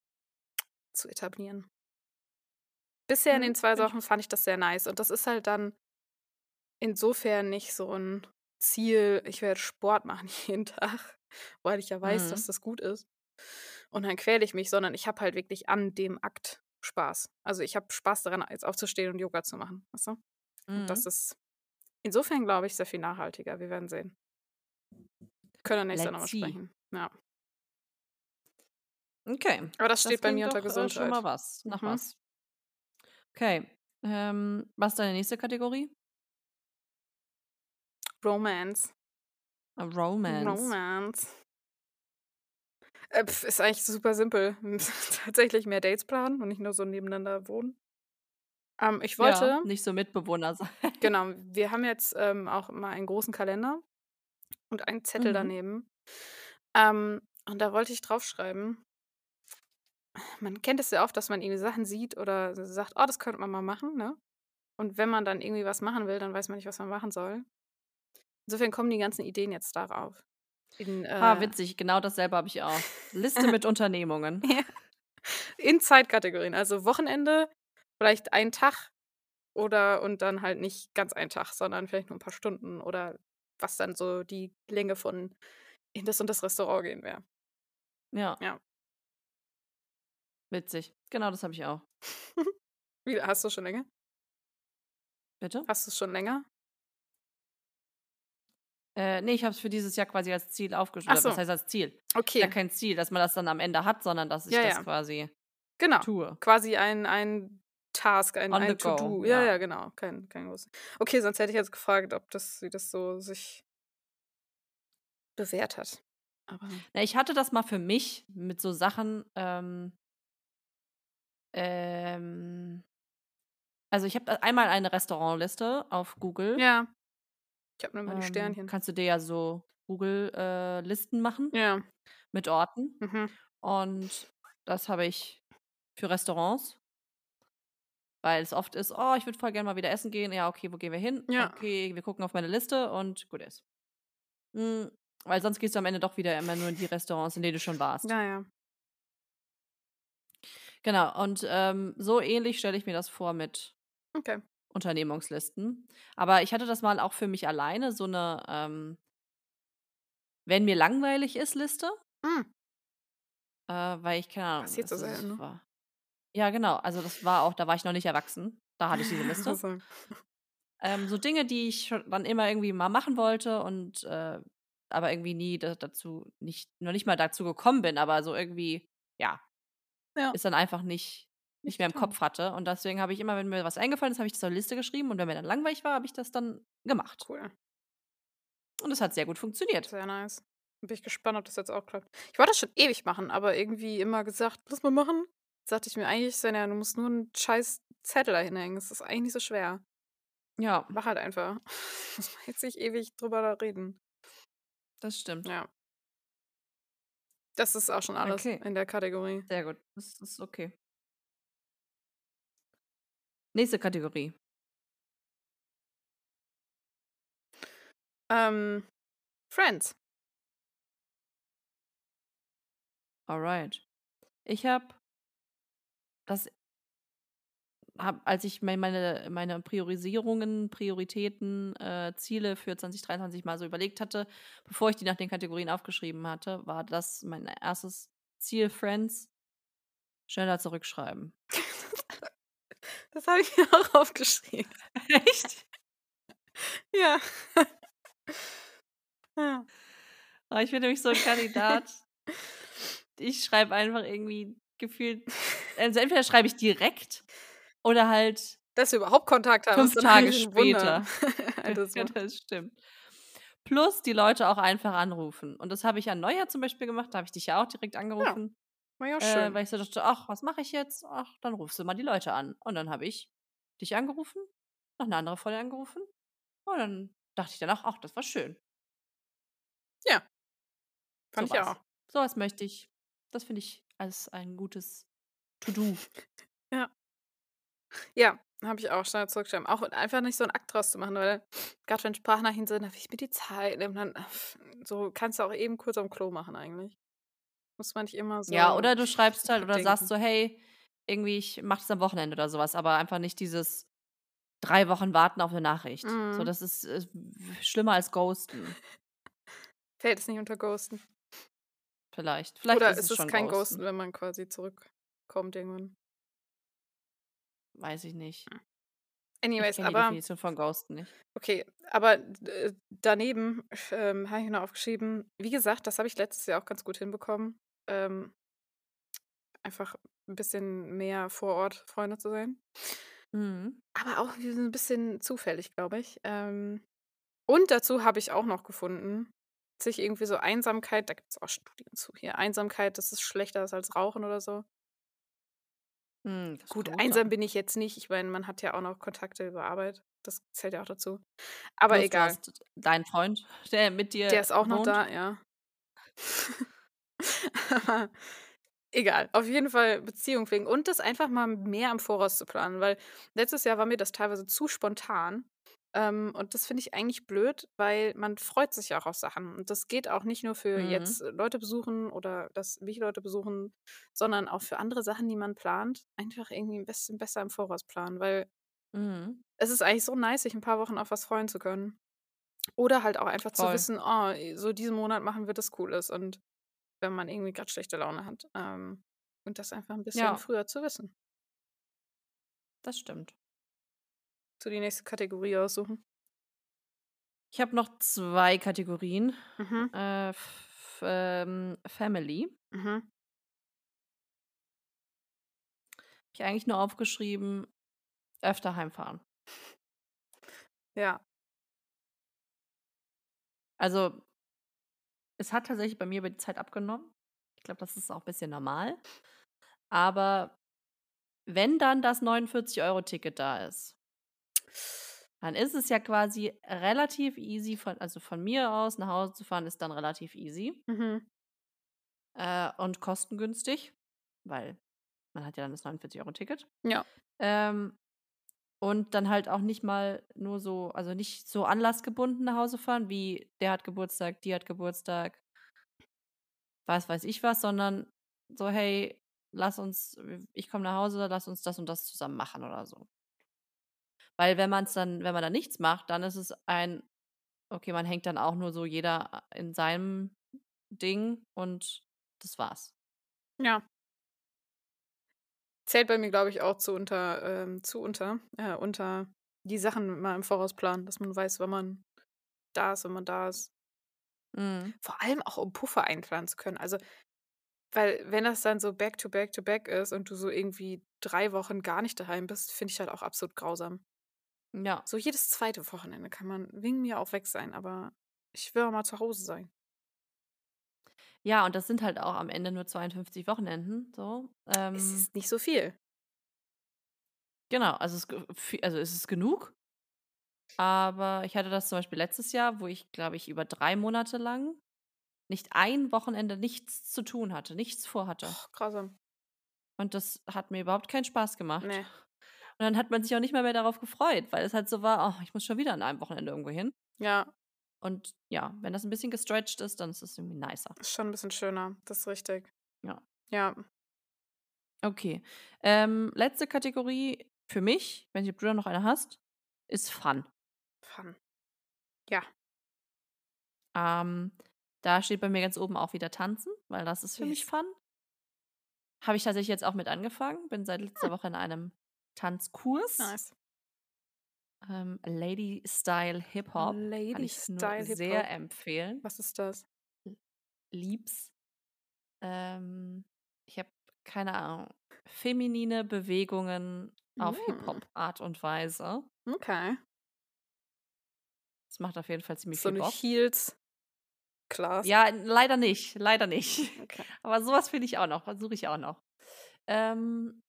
zu etablieren. Bisher in Mhm. den zwei Finde ich Sachen fand ich das sehr nice. Und das ist halt dann insofern nicht so ein Ziel, ich werde Sport machen jeden Tag, weil ich ja weiß, dass mhm. das gut ist. Und dann quäle ich mich, sondern ich habe halt wirklich an dem Akt Spaß. Also ich habe Spaß daran, jetzt aufzustehen und Yoga zu machen. Weißt du? Und das Mhm. ist insofern, glaube ich, sehr viel nachhaltiger. Wir werden sehen. Können wir nächstes Jahr Let's nochmal see. sprechen. Ja. Okay. Aber das Das steht bei mir klingt unter doch äh, schon mal Gesundheit. was. Nach Mhm. was. Okay. Ähm, was ist deine nächste Kategorie? Romance. Äh, Romance. Romance. Äh, pf, ist eigentlich super simpel. Tatsächlich mehr Dates planen und nicht nur so nebeneinander wohnen. Ähm, ich Ja, wollte nicht so Mitbewohner sein. genau, wir haben jetzt, ähm, auch mal einen großen Kalender und einen Zettel Mhm. daneben. Ähm, und da wollte ich draufschreiben, man kennt es ja oft, dass man irgendwie Sachen sieht oder s sagt: „Oh, das könnte man mal machen“, ne? Und wenn man dann irgendwie was machen will, dann weiß man nicht, was man machen soll. Insofern kommen die ganzen Ideen jetzt darauf. In, Ha, äh witzig, genau dasselbe habe ich auch. Liste mit Unternehmungen. ja, in Zeitkategorien. Also, Wochenende, vielleicht einen Tag. Oder und dann halt nicht ganz einen Tag, sondern vielleicht nur 'n paar Stunden oder was dann so die Länge von in das und das Restaurant gehen wäre. Ja, Ja. witzig. Genau das habe ich auch. Wie hast du's schon länger? Bitte? Hast du's schon länger? Äh, ne, ich habe es für dieses Jahr quasi als Ziel aufgesch Ach oder was so, heißt als Ziel? Ist ja okay. kein Ziel, dass man das dann am Ende hat, sondern dass ich Ja, das ja, quasi genau. tue. Quasi ein ein Task, ein On the ein go, To-do. Ja, ja. ja, genau. Kein kein groß okay, sonst hätte ich jetzt gefragt, ob das wie das so sich bewährt hat. Aber Na, ich hatte das mal für mich mit so Sachen, ähm ähm also, ich habe einmal eine Restaurantliste auf Google. ja, ich habe nur immer die Ähm, Sternchen. kannst du dir ja so Google, äh, Listen machen Ja, mit Orten mhm. und das habe ich für Restaurants, weil es oft ist: „Oh, ich würde voll gerne mal wieder essen gehen.“ Ja, okay, wo gehen wir hin? Ja, Okay, wir gucken auf meine Liste und gut ist. Hm, weil sonst gehst du am Ende doch wieder immer nur in die Restaurants, in denen du schon warst. ja, ja. Genau, und, ähm, so ähnlich stelle ich mir das vor mit Okay. Unternehmungslisten. Aber ich hatte das mal auch für mich alleine, so 'ne, ähm wenn mir langweilig ist, Liste. Hm. Äh, weil ich keine Ahnung, Passiert so es selten, es ne? war ja, genau. Also, das war auch da war ich noch nicht erwachsen. Da hatte ich diese Ich wollte Liste. sagen. Ähm, so Dinge, die ich schon dann immer irgendwie mal machen wollte und, äh aber irgendwie nie da dazu nicht noch nicht mal dazu gekommen bin, aber so irgendwie, ja, Ja, es dann einfach nicht nicht nicht mehr im getan. Kopf hatte. Und deswegen habe ich immer, wenn mir was eingefallen ist, habe ich das auf 'ne Liste geschrieben und wenn mir dann langweilig war, habe ich das dann gemacht. Cool. Und es hat sehr gut funktioniert. Sehr nice. Bin ich gespannt, ob das jetzt auch klappt. Ich wollte das schon ewig machen, aber irgendwie immer gesagt: „Lass mal machen.“ Sagte ich mir eigentlich: „Svenja, du musst nur 'n scheiß Zettel da hinhängen. Es ist eigentlich nicht so schwer. Ja, Mach halt einfach.“ Muss man jetzt nicht ewig drüber da reden. das stimmt. Ja, das ist auch schon alles Okay, in der Kategorie. sehr gut. Das ist okay. Nächste Kategorie. Ähm, Friends. Alright. Ich habe das habe als ich mei meine meine Priorisierungen, Prioritäten, äh, Ziele für zwanzig dreiundzwanzig mal so überlegt hatte, bevor ich die nach den Kategorien aufgeschrieben hatte, war das mein erstes Ziel Friends, schneller zurückschreiben. Das habe ich mir auch aufgeschrieben. Echt? Ja. Ja. Oh, ich bin nämlich so 'n Kandidat. Ich schreibe einfach irgendwie gefühlt also, entweder schreibe ich direkt oder halt Dass wir überhaupt Kontakt haben, ist fünf dann Tage eigentlich 'n Wunder. später. Das Ja, macht das stimmt. Plus die Leute auch einfach anrufen. Und das habe ich an Neujahr zum Beispiel gemacht, da habe ich dich ja auch direkt ja, angerufen, war ja äh, schön. weil ich so dachte: „Ach, was mache ich jetzt? Ach, dann rufst du mal die Leute an.“ Und dann habe ich dich angerufen, noch 'ne andere Freundin angerufen und dann dachte ich danach: „Ach, das war schön.“ Ja, fand So ich was. auch. So was möchte ich das finde ich als ein gutes To-do. Ja. Ja, habe ich auch schnell zurückgeschrieben. Auch einfach nicht so 'n Akt draus zu machen, weil grad wenn Sprachnachrichten sind, da will ich mir die Zeit nehmen, dann so kannst du auch eben kurz aufm Klo machen eigentlich. Muss man nicht immer Ja, so oder du schreibst halt oder sagst denken. so: „Hey, irgendwie, ich mache das am Wochenende“ oder so was, aber einfach nicht dieses drei Wochen warten auf 'ne Nachricht. So, Mhm. das ist, äh, w schlimmer als Ghosten Fällt es nicht unter Ghosten? vielleicht. Vielleicht Oder ist ist es es schon kein Ghosten, Ghosten. wenn man quasi zurückkommt irgendwann? Weiß ich nicht. Hm. Ich Anyways, kenne die aber Definition von Ghosten nicht. okay, aber d äh, daneben, ähm, habe ich mir noch aufgeschrieben wie gesagt, das habe ich letztes Jahr auch ganz gut hinbekommen, ähm einfach 'n bisschen mehr vor Ort Freunde zu sein. Mhm. Aber auch wie so 'n bisschen zufällig, glaube ich. Ähm, und dazu habe ich auch noch gefunden, sich irgendwie so Einsamkeit da gibt's auch Studien zu hier, Einsamkeit, dass es schlechter ist als Rauchen oder so. Hm, das kann Gut, gut einsam sein. bin ich jetzt nicht. Ich meine, man hat ja auch noch Kontakte über Arbeit. Das zählt ja auch dazu. Aber Plus du egal. hast deinen Freund, der mit Der dir ist auch noch wohnt. da, ja. Aber egal. Auf jeden Fall Beziehung pflegen und das einfach mal mehr im Voraus zu planen, weil letztes Jahr war mir das teilweise zu spontan. Ähm, und das finde ich eigentlich blöd, weil man freut sich ja auch auf Sachen. Und das geht auch nicht nur für Mhm. jetzt Leute besuchen oder dass mich Leute besuchen, sondern auch für andere Sachen, die man plant, einfach irgendwie 'n bisschen besser im Voraus planen, weil Mhm. es ist eigentlich so nice, sich 'n paar Wochen auf was freuen zu können. Oder halt auch einfach zu Voll. wissen: „Oh, äh, so diesen Monat machen wir das Cooles.“ Und wenn man irgendwie grad schlechte Laune hat, ähm, und das einfach 'n bisschen Ja. früher zu wissen. Das stimmt. So die nächste Kategorie aussuchen. Ich habe noch zwei Kategorien, Mhm. äh, f ähm, Family. Mhm. Ich eigentlich nur aufgeschrieben, öfter heimfahren. Ja. Also es hat tatsächlich bei mir über die Zeit abgenommen. Ich glaube, das ist auch bisschen normal. Aber wenn dann das neunundvierzig Euro Ticket da ist dann ist es ja quasi relativ easy von also von mir aus nach Hause zu fahren, ist dann relativ easy. Mhm. Äh, und kostengünstig, weil man hat ja dann das neunundvierzig Euro Ticket. Ja. Ähm, und dann halt auch nicht mal nur so also nicht so anlassgebunden nach Hause fahren, wie der hat Geburtstag, die hat Geburtstag was weiß ich was, sondern so: „Hey, lass uns w ich komme nach Hause, lass uns das und das zusammen machen“ oder so. Weil wenn man's dann wenn man dann nichts macht, dann ist es ein okay, man hängt dann auch nur so jeder in seinem Ding und das war's. Ja. Zählt bei mir, glaube ich, auch zu unter ähm, zu unter äh, unter die Sachen mal im Voraus planen, dass man weiß, wann man da ist, wenn man da ist. Mhm. Vor allem auch, um Puffer einplanen zu können. Also, weil wenn das dann so back to back to back ist und du so irgendwie drei Wochen gar nicht daheim bist, finde ich halt auch absolut grausam. Ja. So jedes zweite Wochenende kann man wegen mir auch weg sein, aber ich will auch mal zu Hause sein. Ja, und das sind halt auch am Ende nur zweiundfünfzig Wochenenden so. Es Ähm, ist nicht so viel. genau, also es ge vi also es ist genug, aber ich hatte das zum Beispiel letztes Jahr, wo ich, glaube ich, über drei Monate lang nicht ein Wochenende nichts zu tun hatte, nichts vorhatte. Och, grausam. Und das hat mir überhaupt keinen Spaß gemacht. Ne. Und dann hat man sich auch nicht mal mehr darauf gefreut, weil es halt so war: „Oh, ich muss schon wieder an einem Wochenende irgendwo hin.“ Ja, Und ja, wenn das 'n bisschen gestretcht ist, dann ist es irgendwie nicer. ist schon 'n bisschen schöner. Das ist richtig. Ja. Ja. Okay. Ähm, letzte Kategorie für mich, ich weiß nicht, ob du da noch eine hast, ist Fun. Fun. Ja. Ähm, da steht bei mir ganz oben auch wieder Tanzen, weil das ist für mich Yes. Fun. Habe ich tatsächlich jetzt auch mit angefangen, bin seit letzter Hm, Woche in einem Tanzkurs, nice. ähm, Lady Style Hip-Hop. Kann Lady ich nur Style sehr Hip-Hop. empfehlen. Was ist das? L lieb's. Ähm, ich habe, keine Ahnung, feminine Bewegungen auf Hm, Hip-Hop-Art und Weise. okay. Das macht auf jeden Fall ziemlich So viel 'ne Bock. Heels Class. Ja, leider nicht, leider nicht. Okay. Aber so was finde ich auch noch, versuche ich auch noch. Ähm,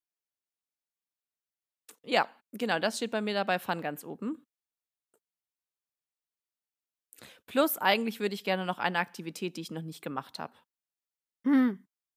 ja, genau, das steht bei mir da bei Fun ganz oben. Plus eigentlich würde ich gerne noch eine Aktivität, die ich noch nicht gemacht habe. Hm,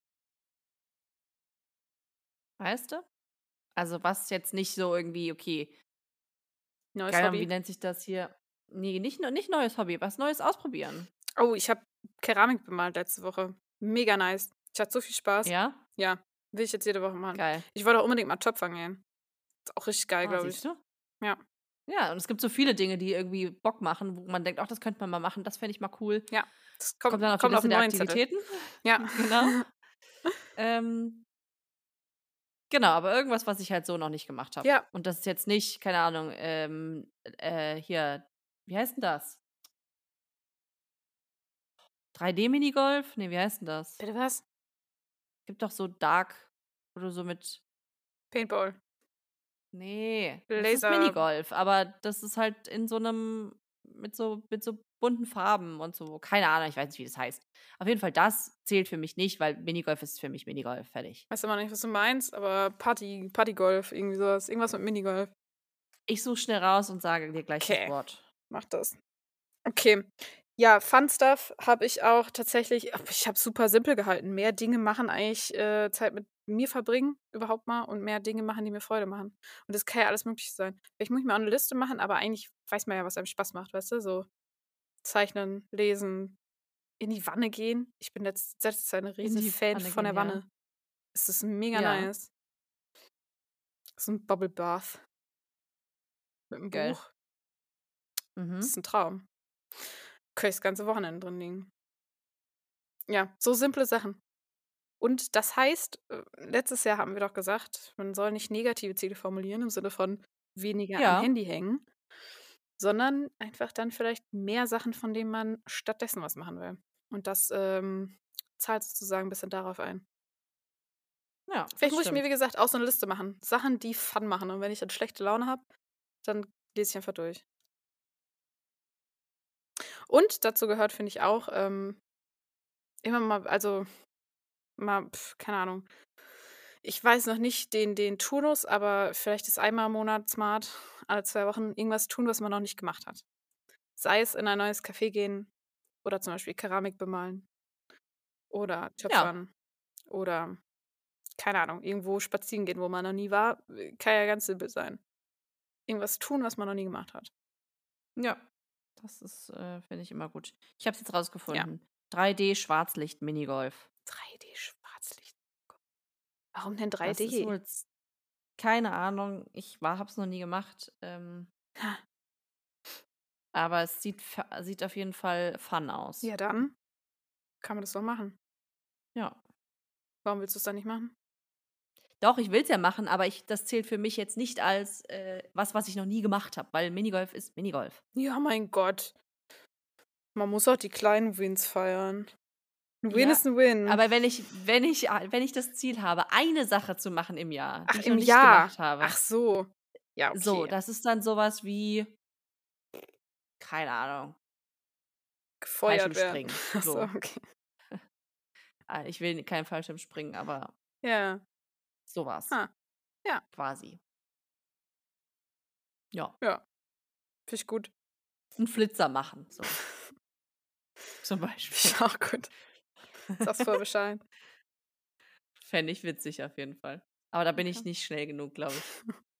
Weißt du? Also, was jetzt nicht so irgendwie, okay, neues keine Ahnung, wie Hobby. nennt sich das hier? Ne, nicht neu nicht neues Hobby, was Neues ausprobieren. Oh, ich habe Keramik bemalt letzte Woche. Mega nice. Ich hatte so viel Spaß. Ja? Ja, will ich jetzt jede Woche machen. Geil. Ich wollte auch unbedingt mal Töpfern gehen. Ist auch richtig geil, Ah, glaube siehst ich. du? Ja. Ja, und es gibt so viele Dinge, die irgendwie Bock machen, wo man denkt: „Ach, das könnte man mal machen, das fänd ich mal cool.“ Ja, das Kommt dann kommt auf die kommt auf Liste 'n der neuen Zettel. Aktivitäten. Ja. Genau. Ähm, genau, aber irgendwas, was ich halt so noch nicht gemacht habe. Ja. Und das ist jetzt nicht, keine Ahnung, ähm, äh, hier, wie heißt 'n das? drei D-Minigolf? Ne, wie heißt 'n das? Bitte was? Gibt doch so Dark, wo du so mit Paintball. ne, das ist Laser. Minigolf, aber das ist halt in so 'nem mit so mit so bunten Farben und so. Keine Ahnung, ich weiß nicht, wie das heißt. Auf jeden Fall, das zählt für mich nicht, weil Minigolf ist für mich Minigolf, fertig. Weiß immer nicht, was du meinst, aber Party Partygolf, irgendwie so was. Irgendwas mit Minigolf. Ich suche schnell raus und sage dir gleich das Okay, Wort. mach das. Okay. Ja, Fun Stuff habe ich auch tatsächlich ach, ich habe super simpel gehalten. Mehr Dinge machen eigentlich, äh, Zeit mit mir verbringen überhaupt mal und mehr Dinge machen, die mir Freude machen. Und das kann ja alles Mögliche sein. Vielleicht muss ich mir auch 'ne Liste machen, aber eigentlich weiß man ja, was einem Spaß macht, weißt du? So Zeichnen, lesen, in die Wanne gehen. Ich bin jetzt seit letzter Zeit 'n In die Riesenfan Pfanne von gehen, der ja. Wanne. Es ist mega Ja, nice. So 'n Bubble Bath mit 'm geil. Buch. Das Mhm. ist 'n Traum. Könnte ich das ganze Wochenende drin liegen. Ja, so simple Sachen. Und das heißt, äh, letztes Jahr haben wir doch gesagt, man soll nicht negative Ziele formulieren im Sinne von weniger am Ja, Handy hängen, sondern einfach dann vielleicht mehr Sachen, von denen man stattdessen was machen will. Und das, ähm, zahlt sozusagen 'n bisschen darauf ein. ja, Vielleicht das muss ich mir, wie stimmt. gesagt, auch so 'ne Liste machen. Sachen, die Fun machen. Und wenn ich dann schlechte Laune habe, dann lese ich einfach durch. Und dazu gehört, finde ich auch, ähm, immer mal also, mal, pf, keine Ahnung. Ich weiß noch nicht den den Turnus, aber vielleicht ist einmal im Monat smart, alle zwei Wochen irgendwas tun, was man noch nicht gemacht hat. Sei es in ein neues Café gehen oder zum Beispiel Keramik bemalen oder Ja, töpfern oder, keine Ahnung, irgendwo spazieren gehen, wo man noch nie war. Äh, kann ja ganz simpel sein. Irgendwas tun, was man noch nie gemacht hat. ja, das ist, äh, finde ich immer gut. Ich habe es jetzt Ja. rausgefunden. drei D Schwarzlicht Minigolf. drei D Schwarzlicht. Warum denn Das ist drei D? wohl Keine Ahnung, ich war habe es noch nie gemacht, ähm Ha. aber es sieht fa sieht auf jeden Fall fun aus. Ja, dann kann man das doch machen. Ja. Warum willst du's dann nicht machen? Doch, ich will's ja machen, aber ich das zählt für mich jetzt nicht als, äh, was, was ich noch nie gemacht habe, weil Minigolf ist Minigolf. Ja, mein Gott. Man muss auch die kleinen Wins feiern. 'N Win Ja, ist 'n Win. aber wenn ich wenn ich a wenn ich das Ziel habe, eine Sache zu machen im Jahr, die Ach, ich noch im nicht Jahr. gemacht habe, Ach so. Ja, so, okay. das ist dann so was wie keine Ahnung, Gefeuert werden. Fallschirmspringen, Ach so, so. okay. Ah, ich will kein Fallschirmspringen, aber Ja. so was Ah, ja. quasi. Ja. Ja. Finde ich gut. 'N Flitzer machen, so. Zum Finde Beispiel. ich auch gut. Sag's voll Bescheid. Fände ich witzig auf jeden Fall. Aber da bin ich Okay. nicht schnell genug, glaube ich.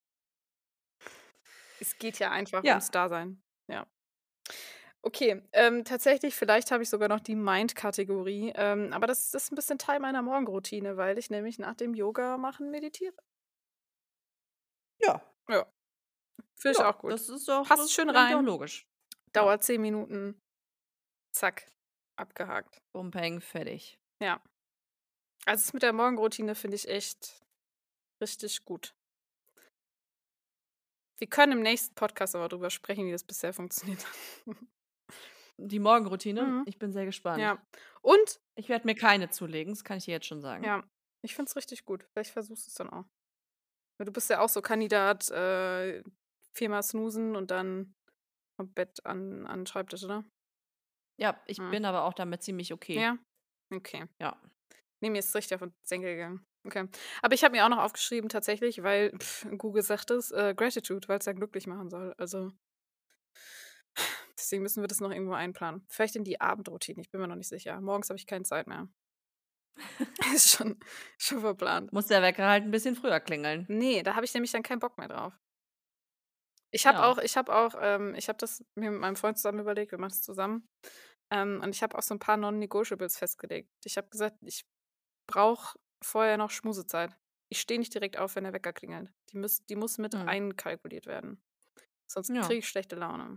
Es geht ja einfach Ja. ums Dasein. Ja. Okay, ähm, tatsächlich, vielleicht habe ich sogar noch die Mind-Kategorie, ähm, aber das das ist 'n bisschen Teil meiner Morgenroutine, weil ich nämlich nach dem Yoga machen meditiere. Ja. Ja. Finde ich Ja, auch gut. das ist doch Passt das schön klingt ja auch rein. logisch. Ja. Dauert zehn Minuten. Zack, abgehakt. Bum, peng, fertig. Ja. Also, das mit der Morgenroutine finde ich echt richtig gut. Wir können im nächsten Podcast aber drüber sprechen, wie das bisher funktioniert hat. Die Morgenroutine? Mhm. Ich bin sehr gespannt. Ja. Und Ich werde mir keine zulegen, das kann ich dir jetzt schon sagen. ja, ich finde es richtig gut. Vielleicht versuchst du's dann auch. Weil du bist ja auch so Kandidat, äh, viermal snoozen und dann vom Bett an an 'n Schreibtisch, oder? Ja, ich Mhm. bin aber auch damit ziemlich okay. Ja? Okay. Ja. Ne, mir ist richtig auf den Senkel gegangen. Okay. Aber ich habe mir auch noch aufgeschrieben tatsächlich, weil, pf, Google sagt es, äh, Gratitude, weil's ja glücklich machen soll. Also deswegen müssen wir das noch irgendwo einplanen. Vielleicht in die Abendroutine, ich bin mir noch nicht sicher. Morgens habe ich keine Zeit mehr. Ist schon schon verplant. Muss der Wecker halt 'n bisschen früher klingeln. Ne, da habe ich nämlich dann keinen Bock mehr drauf. Ich habe Ja. auch ich habe auch ähm, ich habe das mir mit meinem Freund zusammen überlegt, wir machen das zusammen. Ähm, und ich habe auch so 'n paar Non-Negotiables festgelegt. Ich habe gesagt, ich brauche vorher noch Schmusezeit. Ich stehe nicht direkt auf, wenn der Wecker klingelt. Die müss die muss mit Mhm. einkalkuliert werden. Sonst Ja. kriege ich schlechte Laune.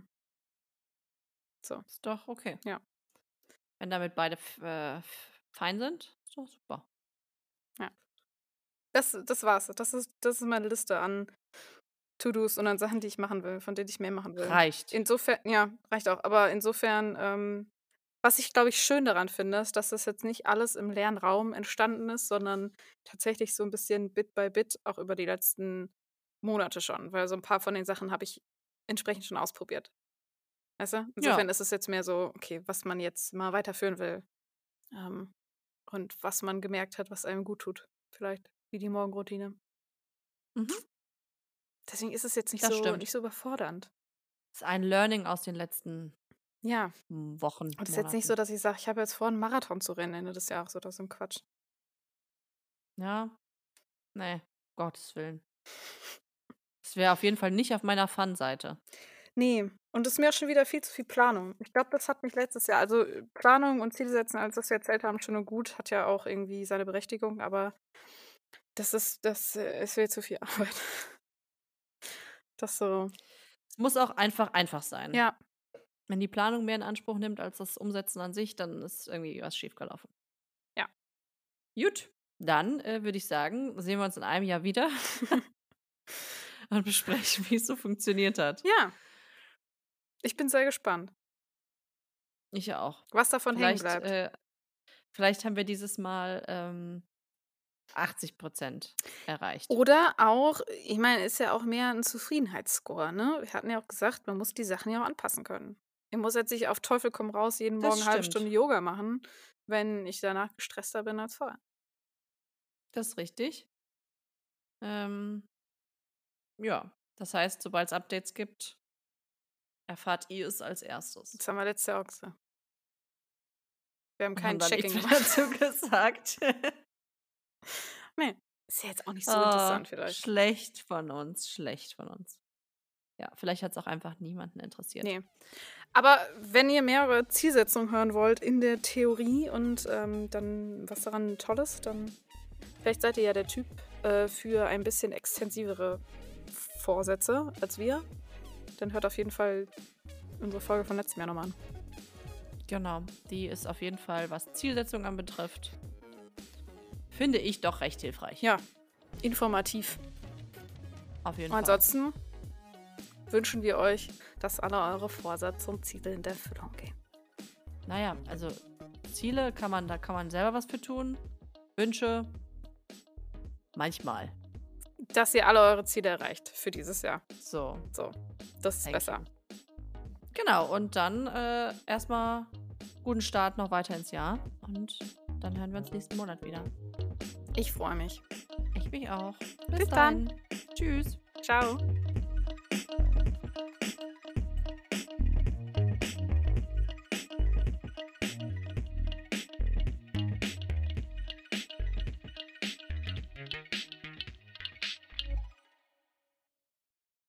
So. Ist doch okay. Ja. Wenn damit beide f äh, f fein sind, ist doch super. Ja. Das das war's. Das ist das ist meine Liste an To-dos und an Sachen, die ich machen will, von denen ich mehr machen will. Reicht. Insofern ja, reicht auch. Aber insofern, ähm was ich, glaube ich, schön daran finde, ist, dass das jetzt nicht alles im leeren Raum entstanden ist, sondern tatsächlich so 'n bisschen Bit by Bit auch über die letzten Monate schon, weil so 'n paar von den Sachen habe ich entsprechend schon ausprobiert. Weißt du? Insofern Ja. ist es jetzt mehr so, okay, was man jetzt mal weiterführen will. Ähm, und was man gemerkt hat, was einem guttut. Vielleicht wie die Morgenroutine. Mhm. Deswegen ist es jetzt nicht Das so stimmt. nicht so überfordernd. Ist ein Learning aus den letzten Ja. hm, Wochen, Und es ist jetzt nicht so, Monaten. dass ich sage, ich habe jetzt vor, 'n Marathon zu rennen Ende des Jahres oder so 'n Quatsch. Ja. Ne, Gottes Willen. Es wäre auf jeden Fall nicht auf meiner Fun-Seite. Ne, und das ist mir auch schon wieder viel zu viel Planung. Ich glaube, das hat mich letztes Jahr also, äh, Planung und Ziele setzen, alles, was wir erzählt haben, schön und gut, hat ja auch irgendwie seine Berechtigung, aber das ist das, äh, ist mir zu viel Arbeit. Das so Es muss auch einfach einfach sein. Ja. Wenn die Planung mehr in Anspruch nimmt als das Umsetzen an sich, dann ist irgendwie was schiefgelaufen. Ja. Gut, dann, äh, würde ich sagen, sehen wir uns in einem Jahr wieder und besprechen, wie es so funktioniert hat. Ja. Ich bin sehr gespannt. Ich auch. Was davon hängen Vielleicht bleibt. äh, vielleicht haben wir dieses Mal, ähm, achtzig Prozent erreicht. Oder auch ich meine, ist ja auch mehr 'n Zufriedenheitsscore, ne? Wir hatten ja auch gesagt, man muss die Sachen ja auch anpassen können. Ich muss jetzt nicht auf Teufel komm raus jeden Das Morgen halbe stimmt. Stunde Yoga machen, wenn ich danach gestresster bin als vorher. Das ist richtig. Ähm ja, das heißt, sobald's Updates gibt erfahrt ihr es als Erstes. Das haben wir letztes Jahr auch gesagt. Wir haben Und kein haben da nichts Checking mehr gemacht. dazu gesagt. Ne, ist ja jetzt auch nicht so Oh, interessant vielleicht. schlecht von uns, schlecht von uns. Ja, vielleicht hat's auch einfach niemanden interessiert. Ne. Aber wenn ihr mehr über Zielsetzung hören wollt in der Theorie und, ähm, dann was daran toll ist, dann Vielleicht seid ihr ja der Typ äh, für ein bisschen extensivere Vorsätze als wir. Dann hört auf jeden Fall unsere Folge von letztem Jahr nochmal an. Genau, die ist auf jeden Fall, was Zielsetzung anbetrifft, finde ich doch recht hilfreich. Ja, informativ. Auf jeden Und Fall. ansonsten wünschen wir euch, dass alle eure Vorsätze und Ziele in Erfüllung gehen. Naja, also Ziele kann man, da kann man selber was für tun. Wünsche manchmal. Dass ihr alle eure Ziele erreicht für dieses Jahr. So. So, das ist Thank besser. you. Genau, und dann äh, erstmal guten Start noch weiter ins Jahr. Und dann hören wir uns nächsten Monat wieder. Ich freue mich. Ich mich auch. Bis, Bis dann. dann. Tschüss. Ciao.